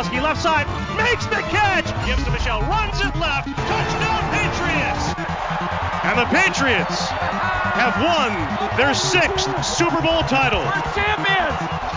Gronkowski left side, makes the catch, gives to Michel, runs it left, touchdown Patriots! And the Patriots have won their 6th Super Bowl title. We're champions!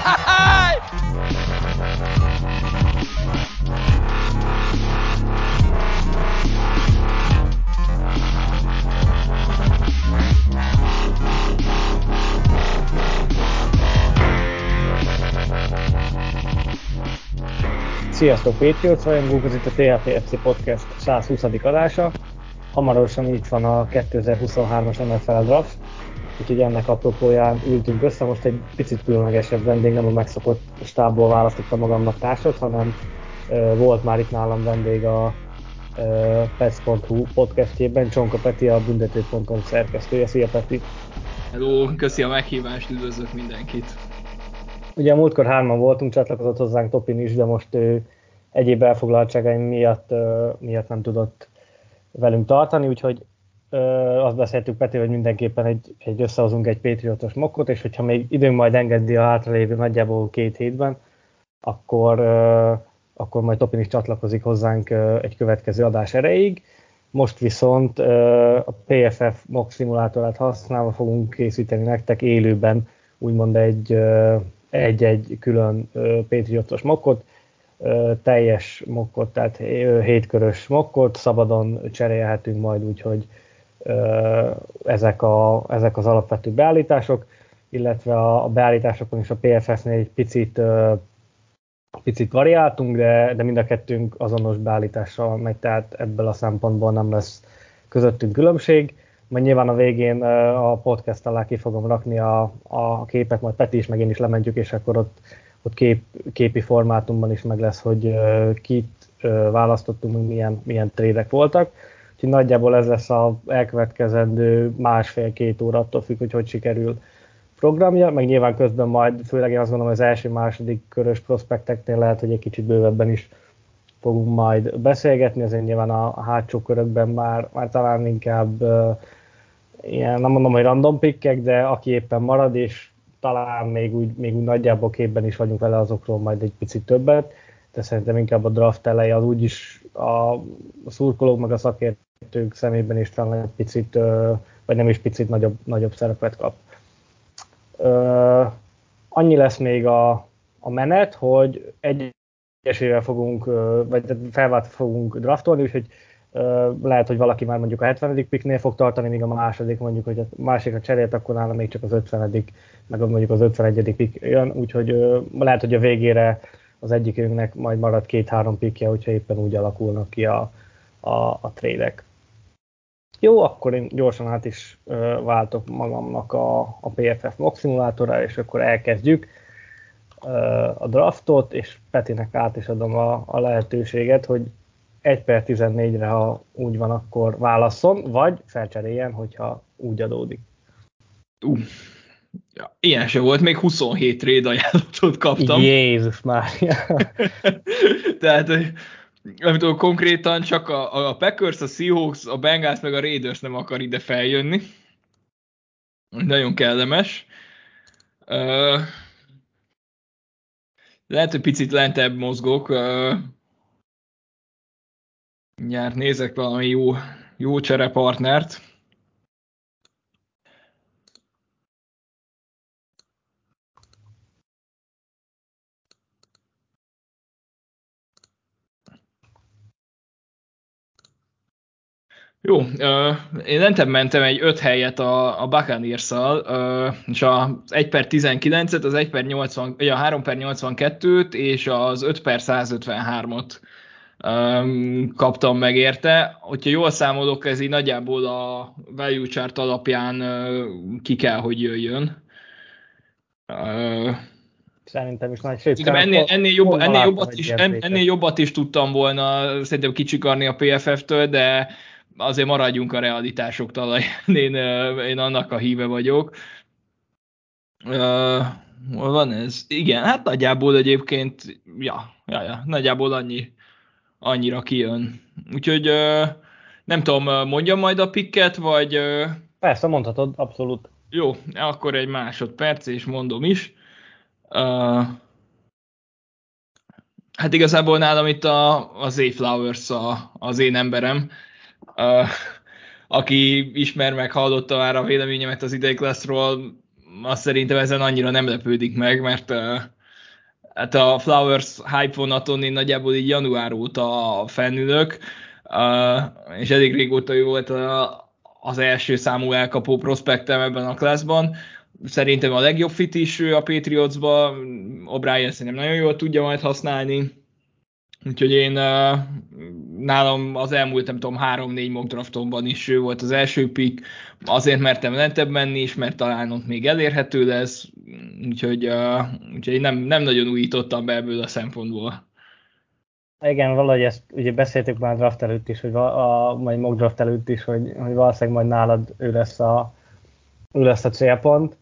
Sziasztok Patriots rajongók, ez itt a THPFC Podcast 120. adása. Hamarosan itt van a 2023-as NFL Draft, úgyhogy ennek apropóján ültünk össze. Most egy picit különlegesebb vendég, nem a megszokott stábból választottam magamnak társat, hanem volt már itt nálam vendég a Pets.hu podcastjében, Csonka Peti, a büntető.com szerkesztője. Szia Peti! Hello, köszi a meghívást, üdvözlök mindenkit! Ugye a múltkor 3-an voltunk, csatlakozott hozzánk Topin is, de most egyéb elfoglaltságaim miatt nem tudott velünk tartani, úgyhogy azt beszéltük Peti, hogy mindenképpen összehozunk egy Patriotos mokkot, és hogyha még időnk majd engedi a hátralévő nagyjából 2 hétben, akkor majd Topin is csatlakozik hozzánk egy következő adás erejéig. Most viszont a PFF mock szimulátorát használva fogunk készíteni nektek élőben, úgymond egy külön Patriotos mokkot, teljes mokkot, tehát 7 körös mokkot, szabadon cserélhetünk majd, úgyhogy ezek az alapvető beállítások, illetve a beállításokon is a PFF-nél egy picit variáltunk, de mind a kettőnk azonos beállítással megy, tehát ebből a szempontból nem lesz közöttünk különbség. Majd nyilván a végén a podcast alá ki fogom rakni a képet, majd Peti is, meg én is lementjük, és akkor ott képi formátumban is meg lesz, hogy kit választottunk, milyen trédek voltak. Úgyhogy nagyjából ez lesz az elkövetkezendő 1,5-2 óra, attól függ, hogy sikerül programja, meg nyilván közben majd, főleg én azt gondolom, az első-második körös prospekteknél lehet, hogy egy kicsit bővebben is fogunk majd beszélgetni, azért nyilván a hátsó körökben már talán inkább ilyen, nem mondom, hogy random pickek, de aki éppen marad, és talán még úgy nagyjából képben is vagyunk vele, azokról majd egy picit többet, de szerintem inkább a draft eleje az úgyis a szurkolók meg a szakértők szemében is talán egy picit, vagy nem is picit nagyobb szerepet kap. Annyi lesz még a menet, hogy egyesével fogunk, vagy felváltva fogunk draftolni, úgyhogy lehet, hogy valaki már mondjuk a 70. picknél fog tartani, míg a második mondjuk, hogy a másikra cserélt, akkor nála még csak az 50. meg mondjuk az 51. pick jön, úgyhogy lehet, hogy a végére az egyikünknek majd marad 2-3 pickje, hogyha éppen úgy alakulnak ki a trédek. Jó, akkor én gyorsan át is váltok magamnak a PFF mock szimulátorra, és akkor elkezdjük a draftot, és Petinek át is adom a lehetőséget, hogy 1/14-re, ha úgy van, akkor válasszon, vagy felcseréljen, hogyha úgy adódik. Ja, ilyen se volt, még 27 trade ajánlatot kaptam. Jézus Mária! Tehát, nem tudom, konkrétan csak a Packers, a Seahawks, a Bengals meg a Raiders nem akar ide feljönni. Nagyon kellemes. Lehet, hogy picit lentebb mozgok. Mindjárt nézek valami jó cserepartnert. Jó, én lentebb mentem egy 5 helyet a Buccaneers-szal, és az 1/19-et, az 1/80, a 3/82-t és az 5/153-ot kaptam meg érte. Hogyha jól számolok, ez így nagyjából a value chart alapján ki kell, hogy jöjjön. Szerintem is nagy, sőt, ennél jobbat is tudtam volna szerintem kicsikarni a PFF-től, de azért maradjunk a realitások talaján, én annak a híve vagyok. Hol van ez? Igen, hát nagyjából egyébként, nagyjából annyira kijön. Úgyhogy nem tudom, mondjam majd a picket, vagy... Persze, mondhatod, abszolút. Jó, akkor egy másodperc, és mondom is. Hát igazából nálam itt a Zay Flowers az én emberem, aki ismer meg, hallotta már a véleményemet az idei classról, azt szerintem ezen annyira nem lepődik meg, mert hát a Flowers hype vonaton én nagyjából így január óta felnülök, és elég régóta ő volt az első számú elkapó prospektem ebben a classban. Szerintem a legjobb fit is ő a Patriotsba, O'Brien szerintem nagyon jól tudja majd használni. Úgyhogy én nálam az elmúlt, nem tudom, 3-4 mock draftomban is ő volt az első pick, azért mertem lentebb menni, és mert talán ott még elérhető lesz, úgyhogy nem nagyon újítottam be ebből a szempontból. Igen, valahogy ezt ugye beszéltük már draft előtt is, vagy mock draft előtt is, hogy valószínűleg majd nálad ő lesz a célpont.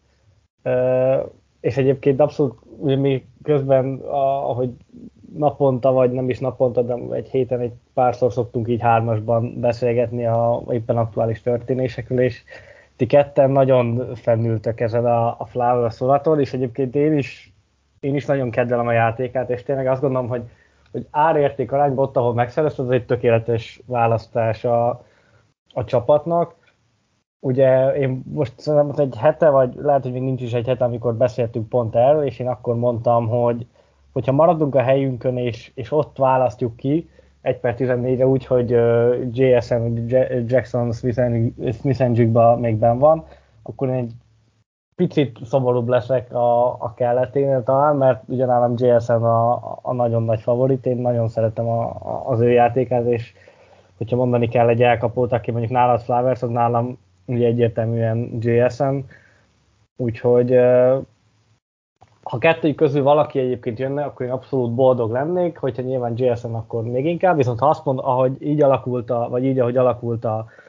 És egyébként abszolút, ugye mi közben, ahogy naponta, vagy nem is naponta, de egy héten egy párszor szoktunk így hármasban beszélgetni a éppen aktuális történésekről, és ti ketten nagyon fennültök ezen a Flower szólaton, és egyébként én is nagyon kedvelem a játékát, és tényleg azt gondolom, hogy árérték arányban ott, ahol megszerezted, az egy tökéletes választás a csapatnak. Ugye én most szerintem egy hete, vagy lehet, hogy még nincs is egy hete, amikor beszéltünk pont erről, és én akkor mondtam, hogyha maradunk a helyünkön, és ott választjuk ki 1/14-re úgy, hogy JSN, Jackson Smith-Njigba még benn van, akkor én egy picit szomorúbb leszek a kelleténél talán, mert ugyanálam JSN a nagyon nagy favorit, én nagyon szeretem az ő játékát, és hogyha mondani kell egy elkapót, aki mondjuk nálad Flowers, az nálam ugye egyértelműen JSN, úgyhogy ha kettőjük közül valaki egyébként jönne, akkor én abszolút boldog lennék, hogyha nyilván JSN, akkor még inkább, viszont ha azt mondod, ahogy így alakult, vagy így, ahogy alakult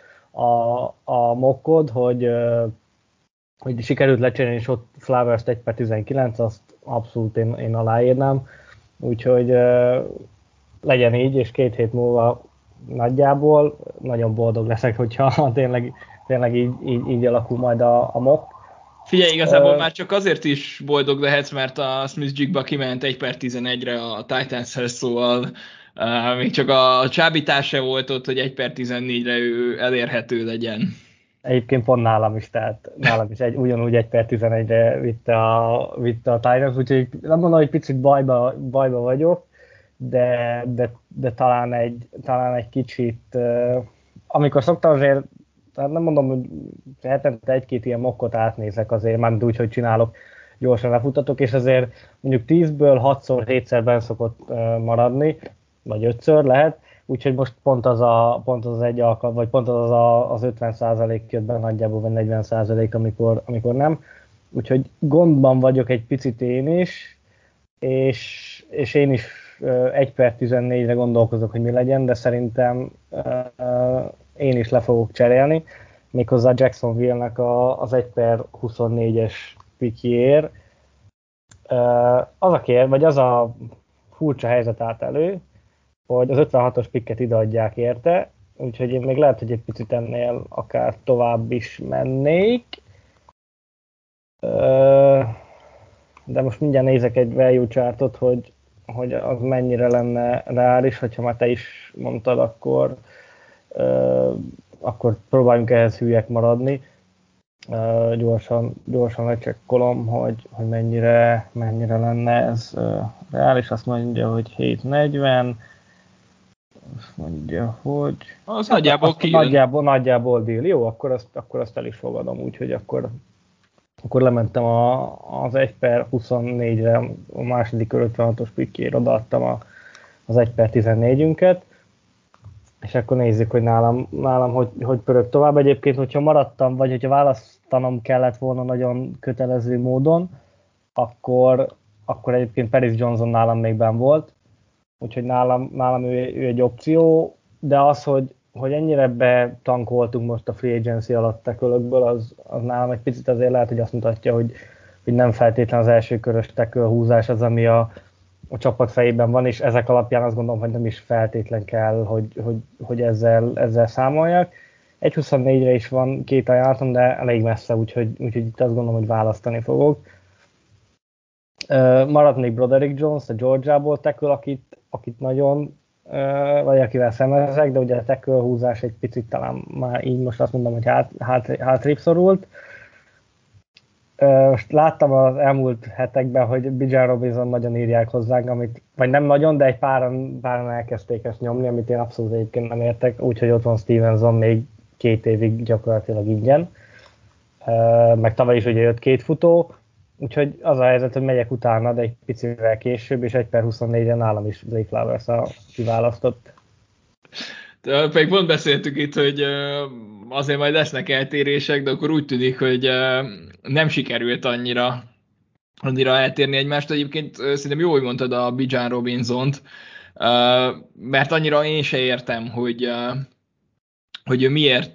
a mockod, hogy sikerült lecserélni, és ott Flowers-t 1/19, azt abszolút én aláírnám, úgyhogy legyen így, és 2 hét múlva nagyjából nagyon boldog leszek, hogyha tényleg így alakul majd a mock. Figyelj, igazából már csak azért is boldog lehetsz, mert a Smith-Jigba kiment 1/11-re a Titanshez, szóval még csak a csábítás se volt ott, hogy 1/14-re ő elérhető legyen. Egyébként pont nálam is, tehát nálam is ugyanúgy 1/11-re vitte a Titans, úgyhogy nem mondom, hogy picit bajba vagyok, de talán egy kicsit, amikor szoktam azért, tehát nem mondom, hogy hetente 1-2 ilyen mockot átnézek azért, mármint úgy, hogy csinálok, gyorsan lefutatok, és azért mondjuk 10-ből 6-szor, 7-szer benn szokott maradni, vagy 5-ször lehet, úgyhogy most pont az egy alkalom, vagy pont az 50% jött be nagyjából, vagy 40%, amikor nem. Úgyhogy gondban vagyok egy picit én is, és én is 1/14-re gondolkozok, hogy mi legyen, de szerintem én is le fogok cserélni, méghozzá Jacksonville-nek az 1/24-es pickjéért. Az a furcsa helyzet állt elő, hogy az 56-os picket ideadják érte, úgyhogy én még lehet, hogy egy picit ennél akár tovább is mennék. De most mindjárt nézek egy value chartot, hogy az mennyire lenne reális, hogyha már te is mondtad, akkor próbáljunk ehhez hülyek maradni. Gyorsan lecsekkolom, hogy mennyire lenne ez reális. Azt mondja, hogy 740. Azt mondja, hogy... Az nagyjából kijön. Nagyjából deal. Jó, akkor azt el is fogadom, úgyhogy akkor lementem az 1/24-re, a második kör 56-os pickjéért odaadtam az 1/14-ünket, és akkor nézzük, hogy nálam hogy pörög tovább. Egyébként, hogyha maradtam, vagy hogyha választanom kellett volna nagyon kötelező módon, akkor egyébként Paris Johnson nálam még benn volt, úgyhogy nálam ő egy opció, de az, hogy ennyire betankoltunk most a free agency alatt tekölökből, az nálam egy picit azért lehet, hogy azt mutatja, hogy nem feltétlen az első körös teköl húzás az, ami a csapat fejében van, és ezek alapján azt gondolom, hogy nem is feltétlen kell, hogy ezzel számoljak. 1/24-re is van 2 ajánlatom, de elég messze, úgyhogy itt azt gondolom, hogy választani fogok. Maradt még Broderick Jones, a Georgiából tackle, akit akit nagyon, vagy akivel szemezek, de ugye a tackle húzás egy picit talán már így most azt mondom, hogy hátrébb szorult. Most láttam az elmúlt hetekben, hogy Bijan Robinson nagyon írják hozzánk, vagy nem nagyon, de egy páran elkezdték ezt nyomni, amit én abszolút egyébként nem értek, úgyhogy ott van Stevenson még 2 évig gyakorlatilag ingyen. Meg tavaly is ugye jött 2 futó, úgyhogy az a helyzet, hogy megyek utána, de egy picivel később, és 1/24-re nálam is Zay Flowers a kiválasztott. Pedig pont beszéltük itt, hogy azért majd lesznek eltérések, de akkor úgy tűnik, hogy nem sikerült annyira eltérni egymást. Egyébként szerintem jó, hogy mondtad a Bijan Robinsont, mert annyira én se értem, hogy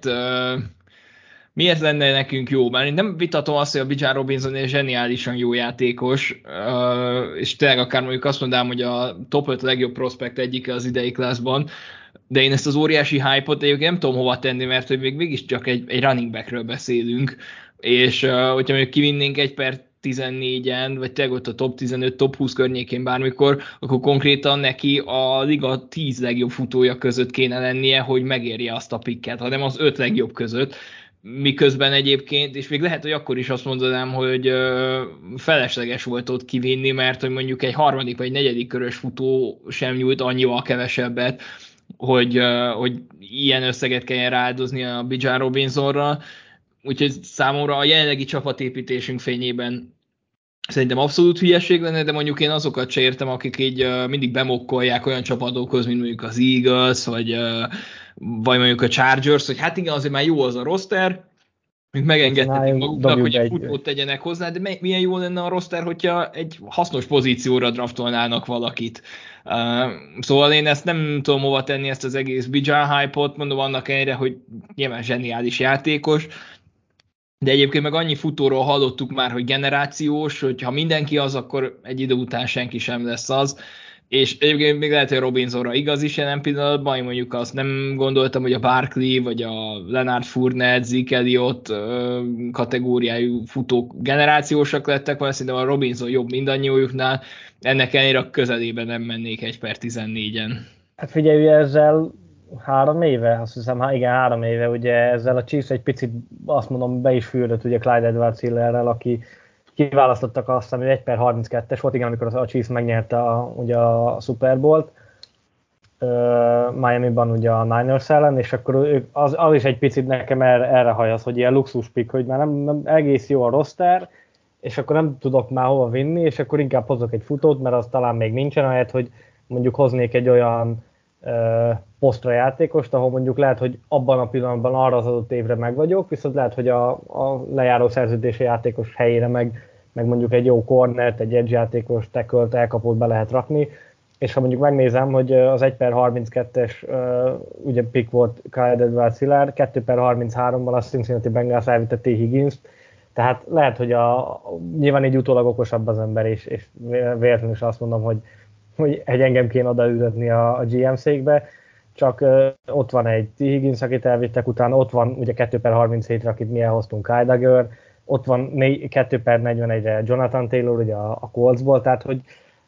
miért lenne nekünk jó. Már én nem vitatom azt, hogy a Bijan Robinson egy zseniálisan jó játékos, és tényleg akár mondjuk azt mondanám, hogy a top 5 legjobb prospekt egyike az idei classban, de én ezt az óriási hype-ot egyébként nem tudom hova tenni, mert hogy még mégiscsak egy running backről beszélünk, és hogyha mondjuk kivinnénk 1/14-en, vagy tényleg ott a top 15, top 20 környékén bármikor, akkor konkrétan neki a liga 10 legjobb futója között kéne lennie, hogy megérje azt a picket, hanem az 5 legjobb között, miközben egyébként, és még lehet, hogy akkor is azt mondanám, hogy felesleges volt ott kivinni, mert hogy mondjuk egy harmadik vagy negyedik körös futó sem nyújt annyival kevesebbet, hogy ilyen összeget kelljen rááldozni a Bijan Robinsonra. Úgyhogy számomra a jelenlegi csapatépítésünk fényében szerintem abszolút hülyeség lenne, de mondjuk én azokat se értem, akik így mindig bemokkolják olyan csapatokhoz, mint mondjuk az Eagles, vagy mondjuk a Chargers, hogy hát igen, azért már jó az a roster, még megengedhetik maguknak, hogy egy futót tegyenek hozzá, de milyen jó lenne a roster, hogyha egy hasznos pozícióra draftolnának valakit. Szóval én ezt nem tudom hova tenni, ezt az egész Bijan hype-ot, mondom annak ellenére, hogy nyilván zseniális játékos, de egyébként meg annyi futóról hallottuk már, hogy generációs, hogy ha mindenki az, akkor egy idő után senki sem lesz az. És egyébként még lehet, hogy a Robinsonra igaz is jelen pillanatban, én mondjuk azt nem gondoltam, hogy a Barkley, vagy a Leonard Fournette, Zeke Elliott kategóriájú futók generációsak lettek, vagy szerintem a Robinson jobb mindannyiójuknál, ennek ellenére a közelében nem mennék 1/14-en. Hát figyelj, ezzel 3 éve, azt hiszem, igen, 3 éve, ugye ezzel a Chiefs egy picit, azt mondom, be is fürdött ugye Clyde Edwards-Hillerrel, aki kiválasztottak azt, hogy 1/32-es volt, igen, amikor a Chiefs megnyerte ugye a Super Bowl-t, Miami-ban ugye a Niners ellen, és akkor az is egy picit nekem erre hajaz, hogy ilyen luxus pick, hogy már nem egész jó a roster, és akkor nem tudok már hova vinni, és akkor inkább hozok egy futót, mert az talán még nincsen, ahelyett, hogy mondjuk hoznék egy olyan posztra játékost, ahol mondjuk lehet, hogy abban a pillanatban arra az adott évre meg vagyok, viszont lehet, hogy a lejáró szerződési játékos helyére meg mondjuk egy jó cornert, egy edge játékos, tackle-t, elkapót be lehet rakni, és ha mondjuk megnézem, hogy az 1/32-es ugye pick volt Clyde Edwards-Helaire, 2/33-ban a Cincinnati Bengals elvitte T. Higgins-t, tehát lehet, hogy nyilván így utólag okosabb az ember, és véletlenül is azt mondom, hogy engem kéne odaüzetni a GM székbe, csak ott van egy T. Higgins, akit elvittek, utána ott van ugye 2/37-re, akit mi elhoztunk, Kyle Duggar, ott van 2/41-re Jonathan Taylor ugye a Coltsból, tehát hogy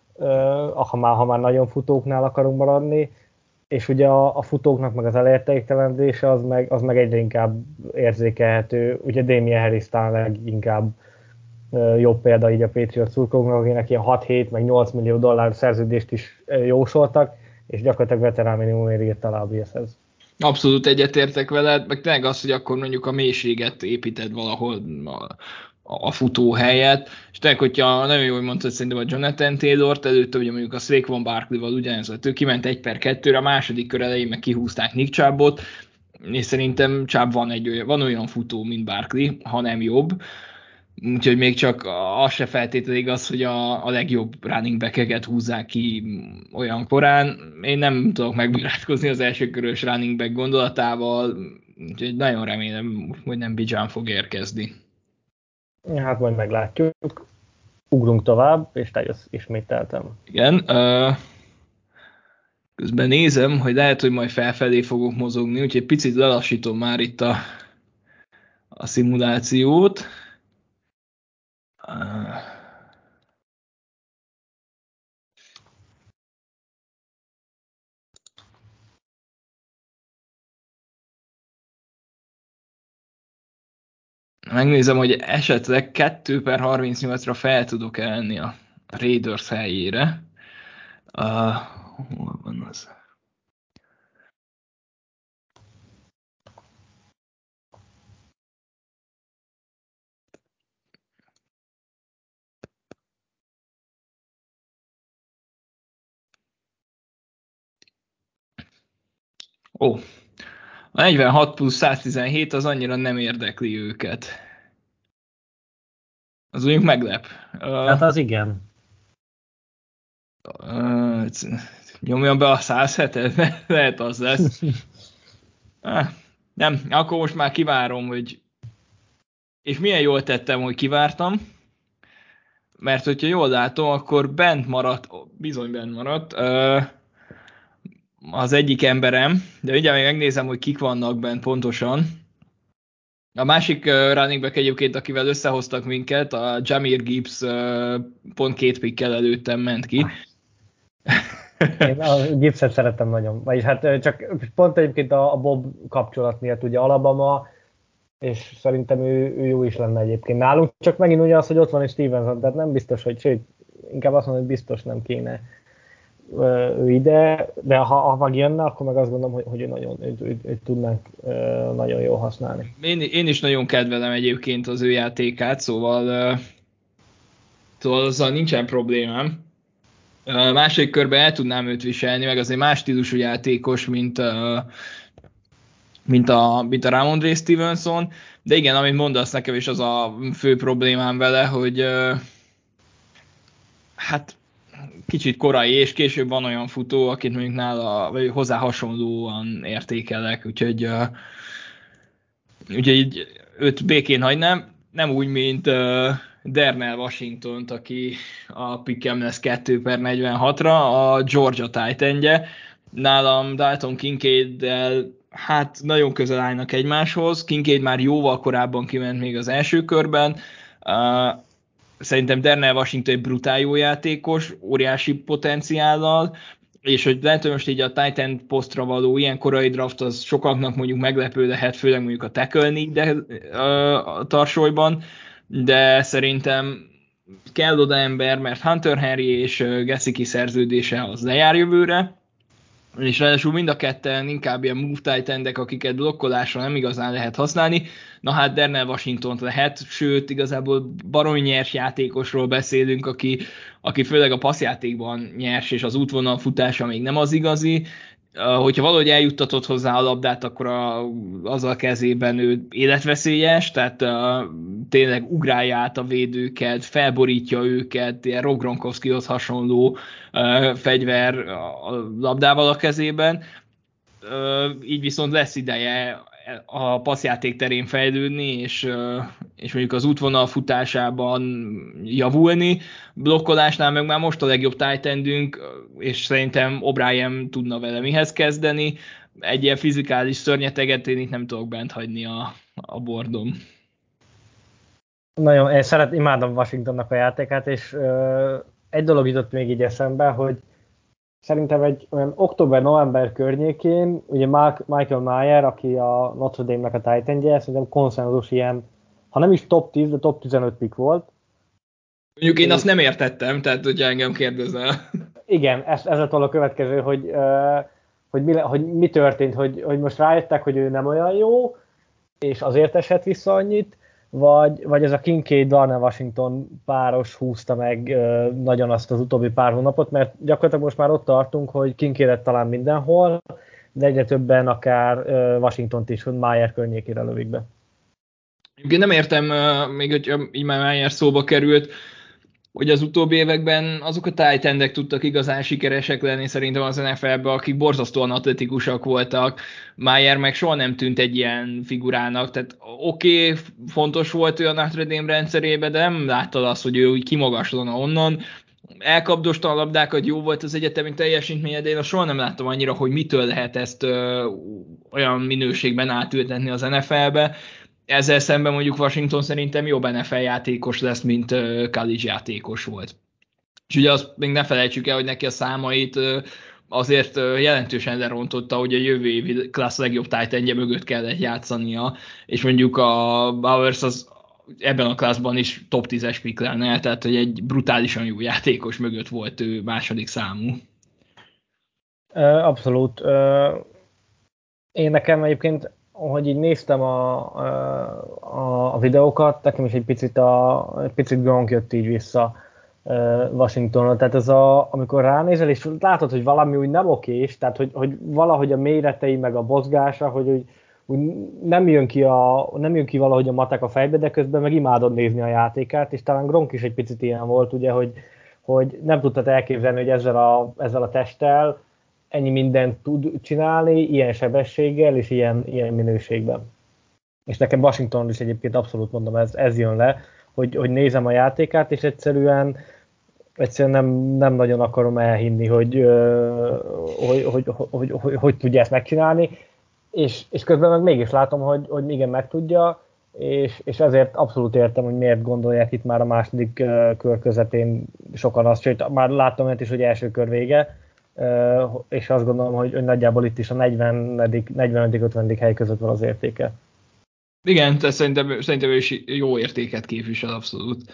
ha már nagyon futóknál akarunk maradni, és ugye a futóknak meg az elértéktelendése az meg egyre inkább érzékelhető, ugye Damien Harris talán leginkább jobb példa így a Patriot szurkolóknak, akinek ilyen 6-7 meg 8 millió dollár szerződést is jósoltak, és gyakorlatilag veterán minimumért írt alá a Billshez. Abszolút egyetértek veled, meg tényleg az, hogy akkor mondjuk a mélységet építed valahol a futó helyet, és tényleg, hogyha nagyon jól mondtad, szerintem a Jonathan Taylort, előtte ugye mondjuk a Saquon Barkley-val ugyanez volt, ő kiment 1/2-re, a második kör elején meg kihúzták Nick Chubbot, és szerintem Chubb van olyan futó, mint Barkley, ha nem jobb, úgyhogy még csak az se feltétlenül igaz, hogy a legjobb running back-eket húzzák ki olyan korán. Én nem tudok megbarátkozni az első körös running back gondolatával, úgyhogy nagyon remélem, hogy nem Bijan fog érkezni. Hát majd meglátjuk. Ugrunk tovább, és te jössz ismételtem. Igen, közben nézem, hogy lehet, hogy majd felfelé fogok mozogni, úgyhogy picit lelassítom már itt a szimulációt. Megnézem, hogy esetleg 2/38-ra fel tudok elni a Raiders helyére. Hol van az? Ó, a 46 plusz 117 az annyira nem érdekli őket. Az úgy meglep. Hát az igen. Nyomjam be a 107-et, lehet az lesz. Nem, akkor most már kivárom, hogy... És milyen jól tettem, hogy kivártam, mert hogyha jól látom, akkor bent maradt, bizony bent maradt, az egyik emberem, de ugye még megnézem, hogy kik vannak bent pontosan. A másik running back egyébként, akivel összehoztak minket, a Jahmyr Gibbs pont 2 pickkel előttem ment ki. Én a Gibbset szeretem nagyon. Vagyis hát csak pont egyébként a Bob kapcsolat miatt ugye Alabama, és szerintem ő jó is lenne egyébként nálunk. Csak megint ugye az, hogy ott van is Stevenson, tehát nem biztos, hogy sőt, inkább azt mondom, hogy biztos nem kéne ő ide, de ha meg jönne, akkor meg azt gondolom, hogy őt tudnánk nagyon jól használni. Én is nagyon kedvelem egyébként az ő játékát, szóval azzal nincsen problémám. Második körben el tudnám őt viselni, meg azért más stílusú játékos, mint a Ramondre Stevenson, de igen, amit mondasz nekem is az a fő problémám vele, hogy hát kicsit korai, és később van olyan futó, akit mondjuk nála, vagy hozzá hasonlóan értékelek, úgyhogy így őt békén hagynám, nem úgy, mint Darnell Washingtont, aki a pickem lesz 2/46-ra, a Georgia Titanje. Nálam Dalton Kincaid-del hát nagyon közel állnak egymáshoz. Kincaid már jóval korábban kiment még az első körben. Szerintem Darnell Washington egy brutál jó játékos, óriási potenciállal, és hogy lehet, hogy most így a Titan posztra való ilyen korai draft az sokaknak mondjuk meglepő lehet, főleg mondjuk a tackle de a tarsolyban, de szerintem kell oda ember, mert Hunter Henry és Gesicki szerződése az lejár jövőre, és ráadásul mind a ketten inkább ilyen move tight endek, akiket blokkolásra nem igazán lehet használni. Na hát Darnell Washingtont lehet, sőt igazából baromi nyers játékosról beszélünk, aki főleg a passzjátékban nyers, és az útvonal futása még nem az igazi. Hogyha valahogy eljuttatod hozzá a labdát, akkor az a kezében ő életveszélyes, tehát tényleg ugrálja át a védőket, felborítja őket, ilyen Rob Gronkowskihoz hasonló fegyver a labdával a kezében. Így viszont lesz ideje a passzjáték terén fejlődni, és mondjuk az útvonal futásában javulni. Blokkolásnál meg már most a legjobb tight endünk, és szerintem O'Brien tudna vele mihez kezdeni. Egy ilyen fizikális szörnyeteget én itt nem tudok bent hagyni a bordom. Nagyon, imádom Washingtonnak a játékát, és egy dolog jutott még így eszembe, hogy szerintem egy olyan október-november környékén, ugye Michael Mayer, aki a Notre Dame-nek a tight-endje, szerintem konszenzus ilyen, ha nem is top 10, de top 15 pick volt. Mondjuk én azt nem értettem, tehát hogyha engem kérdezel. Igen, ez lett a következő, hogy mi történt, hogy most rájöttek, hogy ő nem olyan jó, és azért esett vissza annyit, vagy ez a Kincaid-Darnell Washington páros húzta meg nagyon azt az utóbbi pár hónapot, mert gyakorlatilag most már ott tartunk, hogy Kincaidet talán mindenhol, de egyre többen akár Washingtont is, hogy Mayer környékére lövik be. Én nem értem, még hogy így már Mayer szóba került, hogy az utóbbi években azok a tight endek tudtak igazán sikeresek lenni szerintem az NFL-be, akik borzasztóan atletikusak voltak. Mayer meg soha nem tűnt egy ilyen figurának, tehát oké, fontos volt ő a Notre Dame rendszerébe, de nem láttad azt, hogy ő úgy kimagaslana onnan. Elkapdosta a labdákat, jó volt az egyetemi teljesítménye, de én soha nem láttam annyira, hogy mitől lehet ezt olyan minőségben átültetni az NFL-be. Ezzel szemben mondjuk Washington szerintem jobb NFL játékos lesz, mint college játékos volt. És ugye azt még ne felejtsük el, hogy neki a számait azért jelentősen lerontotta, hogy a jövő évi klassz legjobb tight endje mögött kellett játszania, és mondjuk a Bowers ebben a klaszban is top 10-es pick lenne, tehát hogy egy brutálisan jó játékos mögött volt ő második számú. Abszolút. Én nekem egyébként, hogy így néztem a videókat, nekem is egy picit Gronk jött így vissza Washingtonra. Tehát amikor ránézel, és látod, hogy valami úgy nem okés, tehát hogy valahogy a méretei meg a mozgása, hogy úgy nem jön ki valahogy a matek a fejbe, de közben meg imádod nézni a játékát, és talán Gronk is egy picit ilyen volt, ugye, hogy nem tudtad elképzelni, hogy ezzel a testtel ennyi mindent tud csinálni, ilyen sebességgel és ilyen minőségben. És nekem Washington is egyébként abszolút mondom, ez jön le, hogy nézem a játékát, és egyszerűen nem nagyon akarom elhinni, hogy tudja ezt megcsinálni, és közben meg mégis látom, hogy igen, meg tudja, és ezért abszolút értem, hogy miért gondolják itt már a második kör közepén sokan azt, sőt, már láttam olyat is, hogy első kör vége, és azt gondolom, hogy nagyjából itt is a 40.-50. hely között van az értéke. Igen, tehát szerintem ő is jó értéket képvisel abszolút.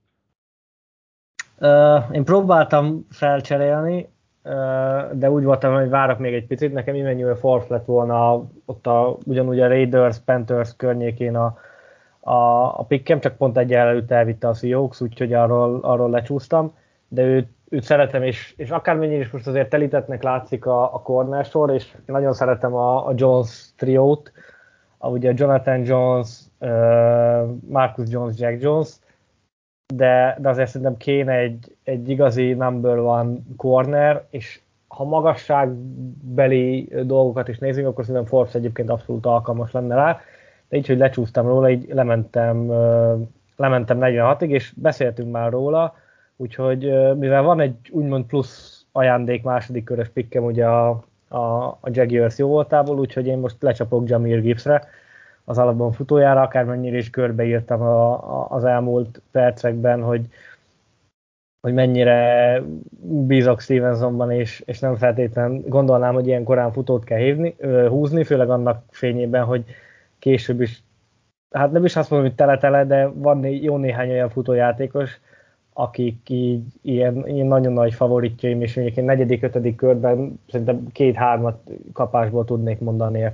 Én próbáltam felcserélni, de úgy voltam, hogy várok még egy picit. Nekem Emmanuel Forbes lett volna ott ugyanúgy a Raiders, Panthers környékén a pickem, csak pont egy előtt elvitte a Seahawks, úgyhogy arról lecsúsztam, de őt szeretem, és akármennyire is most azért telítettnek látszik a corner sor, és én nagyon szeretem a Jones triót, ugye Jonathan Jones, Marcus Jones, Jack Jones, de azért szerintem kéne egy igazi number one corner, és ha magasságbeli dolgokat is nézünk, akkor szerintem Forbes egyébként abszolút alkalmas lenne rá, de így, hogy lecsúsztam róla, így lementem 46-ig, és beszéltünk már róla, úgyhogy mivel van egy úgymond plusz ajándék második körös pikkem ugye a Jaguars jó voltából, úgyhogy én most lecsapok Jahmyr Gibbsre, az alapban futójára, akármennyire is körbeírtam az elmúlt percekben, hogy mennyire bízok Stevensonban, és nem feltétlenül gondolnám, hogy ilyen korán futót kell húzni, főleg annak fényében, hogy később is, hát nem is azt mondom, hogy tele-tele, de van jó néhány olyan futójátékos, akik így ilyen nagyon nagy favoritjaim, és egyébként 4.-5. körben szerintem 2-3 kapásból tudnék mondani,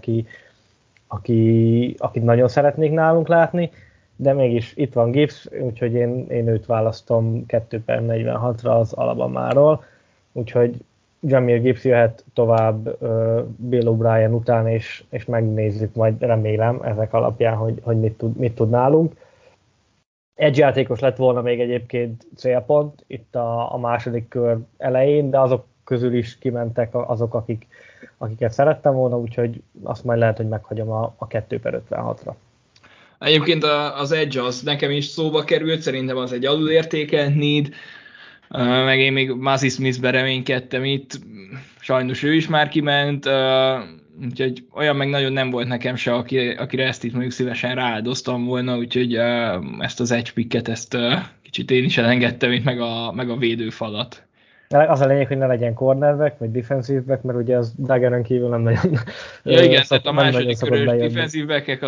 akit nagyon szeretnék nálunk látni, de mégis itt van Gibbs, úgyhogy én őt választom 2/46-ra az Alabamáról, úgyhogy Jahmyr Gibbs jöhet tovább Bill O'Brien után, és megnézzük majd, remélem ezek alapján, hogy mit tud nálunk. Egy játékos lett volna még egyébként célpont itt a második kör elején, de azok közül is kimentek azok, akiket szerettem volna, úgyhogy azt majd lehet, hogy meghagyom a 2/56-ra. Egyébként az edge az nekem is szóba került, szerintem az egy alulértékelt need, meg én még Mazi Smith-be reménykedtem itt, sajnos ő is már kiment, úgyhogy olyan meg nagyon nem volt nekem se, akire ezt itt mondjuk szívesen rááldoztam volna, úgyhogy ezt az edge picket, ezt kicsit én is elengedtem itt, meg a védőfalat. Az a lényeg, hogy ne legyen cornerback, vagy defensive back, mert ugye az Duggaron kívül nem nagyon ja, igen, tehát a második körös defensive backek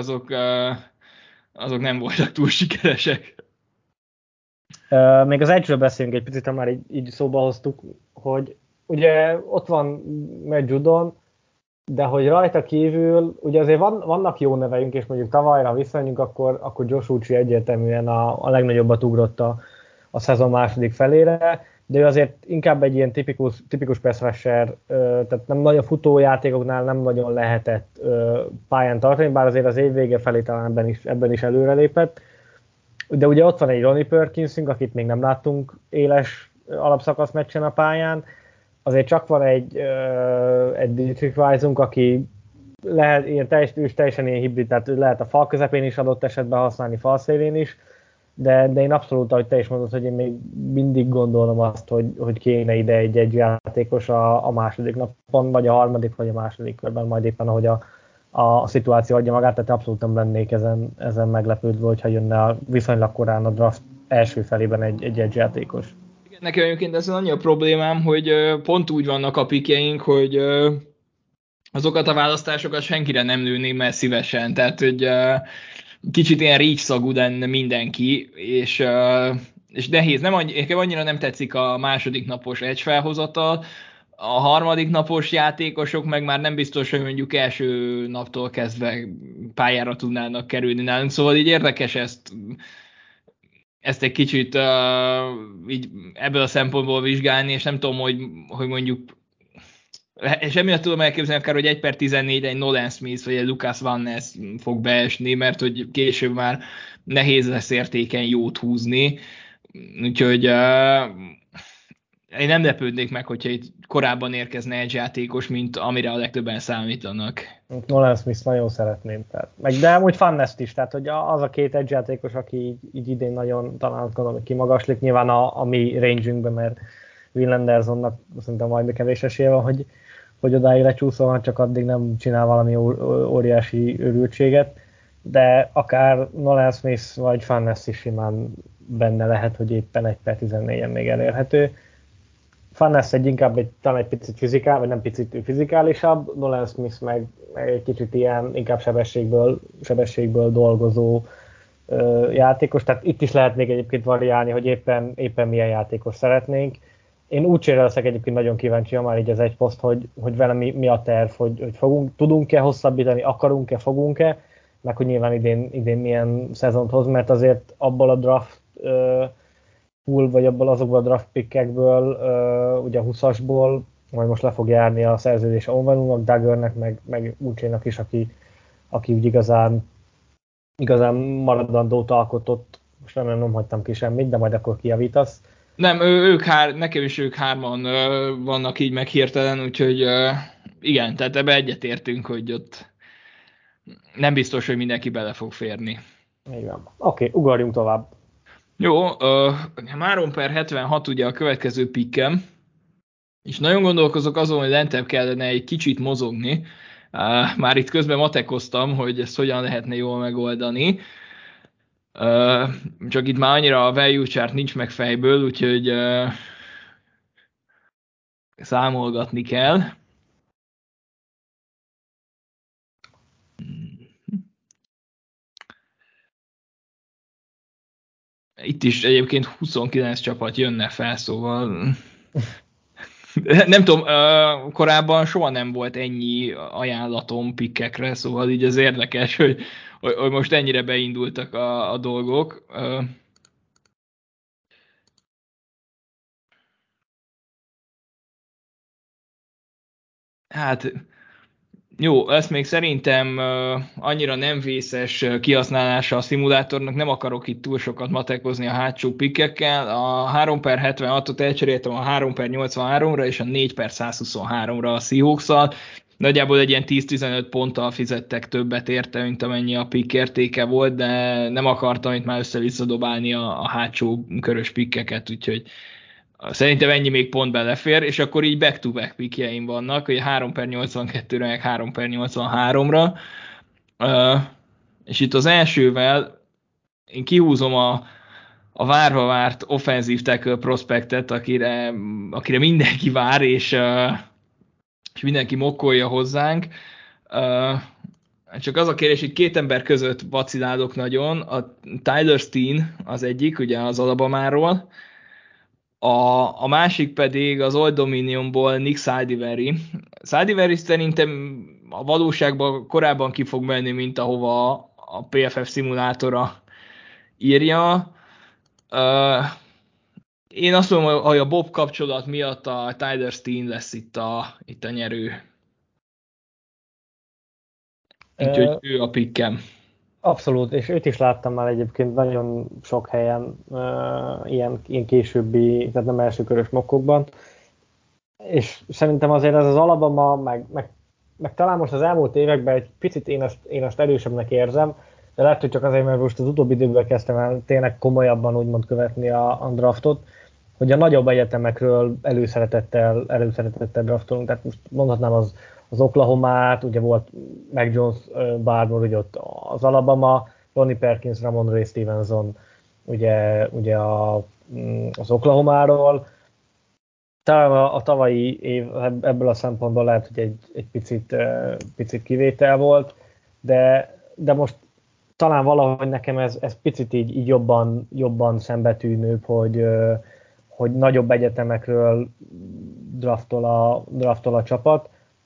azok nem voltak túl sikeresek. Még az edge-ről beszélünk egy picit, ha már így szóba hoztuk, hogy ugye ott van Matt Judon, de hogy rajta kívül, ugye azért vannak jó neveink, és mondjuk tavalyra visszamegyünk, akkor Josh Uche egyértelműen a legnagyobbat ugrott a szezon második felére, de ő azért inkább egy ilyen tipikus pass rusher, tehát nem nagyon futójátékoknál nem nagyon lehetett pályán tartani, bár azért az év vége felé talán ebben is előrelépett. De ugye ott van egy Ronnie Perkinsünk, akit még nem láttunk éles alapszakasz meccsen a pályán, azért csak van egy Dietrich Weisunk, aki lehet ilyen teljesen ilyen hibrid, tehát lehet a fal közepén is adott esetben használni, fal szélén is, de én abszolút, ahogy te is mondod, hogy én még mindig gondolom azt, hogy kéne ide egy játékos a második napon, vagy a harmadik, vagy a második körben, majd éppen ahogy a szituáció adja magát, tehát abszolút nem lennék ezen meglepődve, hogyha jönne viszonylag korán a draft első felében egy játékos. Nekem egyébként ez annyi a problémám, hogy pont úgy vannak a pikjeink, hogy azokat a választásokat senkire nem lőném el szívesen, tehát hogy kicsit ilyen reach szagú lenne mindenki, és nehéz. Nekem annyira nem tetszik a második napos edge felhozatal, a harmadik napos játékosok meg már nem biztos, hogy mondjuk első naptól kezdve pályára tudnának kerülni nálunk, szóval így érdekes ezt egy kicsit így ebből a szempontból vizsgálni, és nem tudom, hogy mondjuk és emiatt tudom elképzelni akár, hogy 1/14 egy Nolan Smith vagy egy Lucas Van Ness fog beesni, mert hogy később már nehéz lesz értéken jót húzni. Úgyhogy én nem lepődnék meg, hogyha itt korábban érkezne egy játékos, mint amire a legtöbben számítanak. Nolan Smith nagyon szeretném. De amúgy Van Ness is, tehát hogy az a két edge játékos, aki így idén nagyon talán gondolom, kimagaslik, nyilván a mi range-ünkben, mert Will Andersonnak szerintem majd kevés esélye van, hogy odáig lecsúszol, csak addig nem csinál valami óriási örültséget, de akár Nolan Smith vagy Van Ness is simán benne lehet, hogy éppen 1/14-en még elérhető. Van Ness talán egy picit fizikál, vagy nem picit fizikálisabb, Nolan Smith meg egy kicsit ilyen inkább sebességből dolgozó játékos, tehát itt is lehet még egyébként variálni, hogy éppen milyen játékos szeretnénk. Én úgy leszek egyébként nagyon kíváncsi, már így az egy poszt, hogy vele mi a terv, hogy tudunk-e hosszabbítani, akarunk-e, fogunk-e, meg hogy nyilván idén milyen szezont hoz, mert azért abból a draft pool, vagy azokból a draft pickekből, ugye a 20-asból, majd most le fog járni a szerződés Onvenunak, Daggernek, meg Ucsénak is, aki úgy igazán maradandót alkotott. Most nem hagytam ki semmit, de majd akkor kijavítasz. Nem, nekem is ők hárman vannak így meg hirtelen, úgyhogy igen, tehát ebbe egyetértünk, hogy ott nem biztos, hogy mindenki bele fog férni. Így van. Oké, ugorjunk tovább. Jó, 3/76 ugye a következő pikkem, és nagyon gondolkozok azon, hogy lentebb kellene egy kicsit mozogni. Már itt közben matekoztam, hogy ezt hogyan lehetne jól megoldani. Csak itt már annyira a value chart nincs meg fejből, úgyhogy számolgatni kell. Itt is egyébként 29 csapat jönne fel, szóval nem tudom, korábban soha nem volt ennyi ajánlatom pikkekre, szóval így az érdekes, hogy most ennyire beindultak a dolgok. Hát jó, ezt még szerintem annyira nem vészes kihasználása a szimulátornak, nem akarok itt túl sokat matekozni a hátsó pikkekkel. A 3/76-ot elcseréltem a 3/83-ra és a 4/123-ra a Seahawks-szal. Nagyjából egy ilyen 10-15 ponttal fizettek többet érte, mint amennyi a pick értéke volt, de nem akartam itt már össze-vissza dobálni a hátsó körös pikkeket, úgyhogy szerintem ennyi még pont belefér, és akkor így back-to-back pickjeim vannak, hogy 3/82-re, meg 3/83-ra. És itt az elsővel én kihúzom a várva várt offensive tackle prospektet, akire mindenki vár, és mindenki mokkolja hozzánk. Csak az a kérdés, hogy két ember között vacilálok nagyon. A Tyler Steen az egyik, ugye az Alabamáról, a másik pedig az Old Dominionból Nick Saldiveri. Saldiveri szerintem a valóságban korábban ki fog menni, mint ahova a PFF szimulátora írja. Én azt mondom, hogy a Bob kapcsolat miatt a Tyler Steen lesz itt a nyerő. Úgyhogy ő a pikkem. Abszolút, és őt is láttam már egyébként nagyon sok helyen ilyen későbbi, tehát nem elsőkörös mokkokban, és szerintem azért ez az Alabama, meg talán most az elmúlt években egy picit én azt erősebbnek érzem, de lehet, hogy csak azért, mert most az utóbbi időben kezdtem el tényleg komolyabban úgymond követni a draftot, hogy a nagyobb egyetemekről előszeretettel draftolunk, tehát most mondhatnám az Oklahomát, ugye volt Mac Jones, Barber, ugye ott az Alabama, Ronnie Perkins, Ramon Ray Stevenson, ugye az Oklahomáról. Talán a tavalyi év ebből a szempontból lehet, hogy egy picit kivétel volt, de most talán valahogy nekem ez picit így jobban szembetűnőbb, hogy nagyobb egyetemekről draftol a csapat.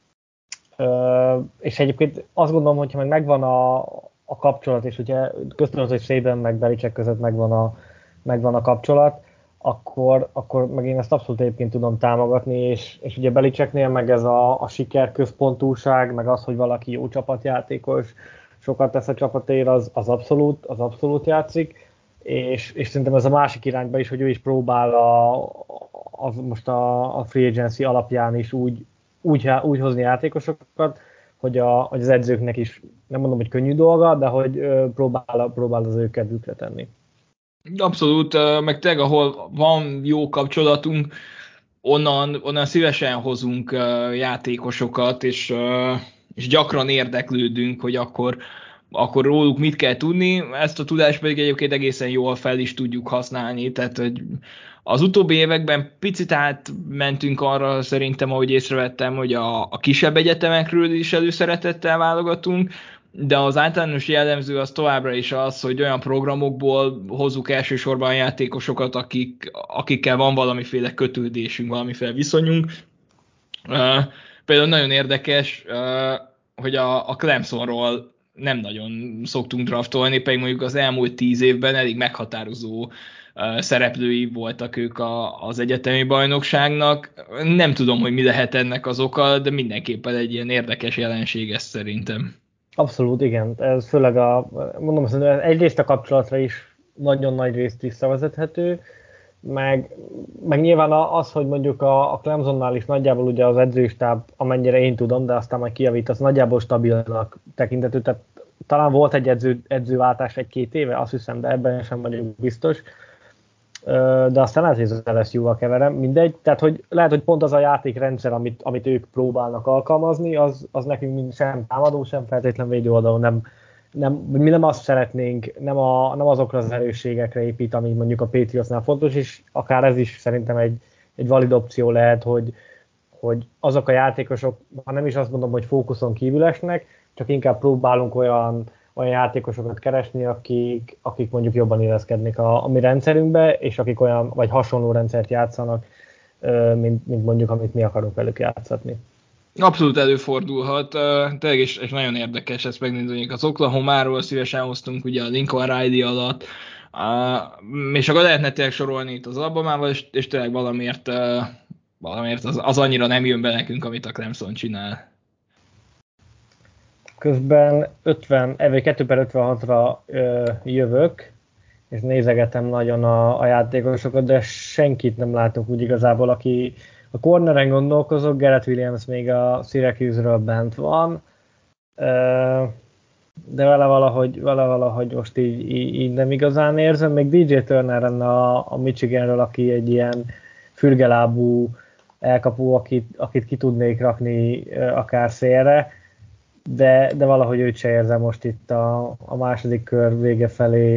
És egyébként azt gondolom, hogyha meg megvan a kapcsolat, és ugye köztudott, hogy Saban meg Belichick között megvan a kapcsolat, akkor meg én ezt abszolút egyébként tudom támogatni, és ugye Belichicknél meg ez a sikerközpontúság, meg az, hogy valaki jó csapatjátékos, sokat tesz a csapatért, az abszolút játszik, és szerintem ez a másik irányba is, hogy ő is próbál most a free agency alapján is úgy hozni játékosokat, hogy az edzőknek is, nem mondom, hogy könnyű dolga, de hogy próbál az ő kedvükre tenni. Abszolút, meg tényleg, ahol van jó kapcsolatunk, onnan szívesen hozunk játékosokat, és gyakran érdeklődünk, hogy akkor róluk mit kell tudni, ezt a tudást pedig egyébként egészen jól fel is tudjuk használni, tehát hogy az utóbbi években picit átmentünk arra szerintem, ahogy észrevettem, hogy a kisebb egyetemekről is előszeretettel válogatunk, de az általános jellemző az továbbra is az, hogy olyan programokból hozzuk elsősorban a játékosokat, akikkel van valamiféle kötődésünk, valamiféle viszonyunk. Például nagyon érdekes, hogy a Clemsonról nem nagyon szoktunk draftolni, pedig mondjuk az elmúlt 10 évben elég meghatározó szereplői voltak ők az egyetemi bajnokságnak. Nem tudom, hogy mi lehet ennek az oka, de mindenképpen egy ilyen érdekes jelenség ez szerintem. Abszolút, igen. Ez főleg mondom, hogy egyrészt a kapcsolatra is nagyon nagy részt visszavezethető, meg nyilván az, hogy mondjuk a Clemsonnál is nagyjából ugye az edzőstáb, amennyire én tudom, de aztán majd kijavítasz, nagyjából stabilnak tekintető, tehát talán volt egy edzőváltás 1-2 éve, azt hiszem, de ebben sem vagyok biztos, de aztán lehet, hogy az LSU-val keverem, mindegy, tehát hogy lehet, hogy pont az a játékrendszer, amit ők próbálnak alkalmazni, az nekünk sem támadó, sem feltétlen védő oldalon mi nem azt szeretnénk, nem azokra az erősségekre épít, ami mondjuk a Patriotsnál fontos, és akár ez is szerintem egy valid opció lehet, hogy azok a játékosok, ha nem is azt mondom, hogy fókuszon kívül esnek, csak inkább próbálunk olyan játékosokat keresni, akik mondjuk jobban illeszkednek a mi rendszerünkbe, és akik olyan vagy hasonló rendszert játszanak, mint mondjuk amit mi akarunk velük játszatni. Abszolút előfordulhat, tényleg és nagyon érdekes ezt megnézni, az Oklahomáról szívesen hoztunk ugye a Lincoln Riley alatt, és akkor lehetne tényleg sorolni itt az Alabamával, és tényleg valamiért az annyira nem jön be nekünk, amit a Clemson csinál. Közben 2/56-ra jövök, és nézegetem nagyon a játékosokat, de senkit nem látok úgy igazából, aki a corneren gondolkozok, Garrett Williams még a Syracuse-ről bent van, de vele valahogy most így nem igazán érzem. Még DJ Turner lenne a Michiganről, aki egy ilyen fürgelábú elkapó, akit ki tudnék rakni akár szélre, de valahogy őt se érzem most itt a második kör vége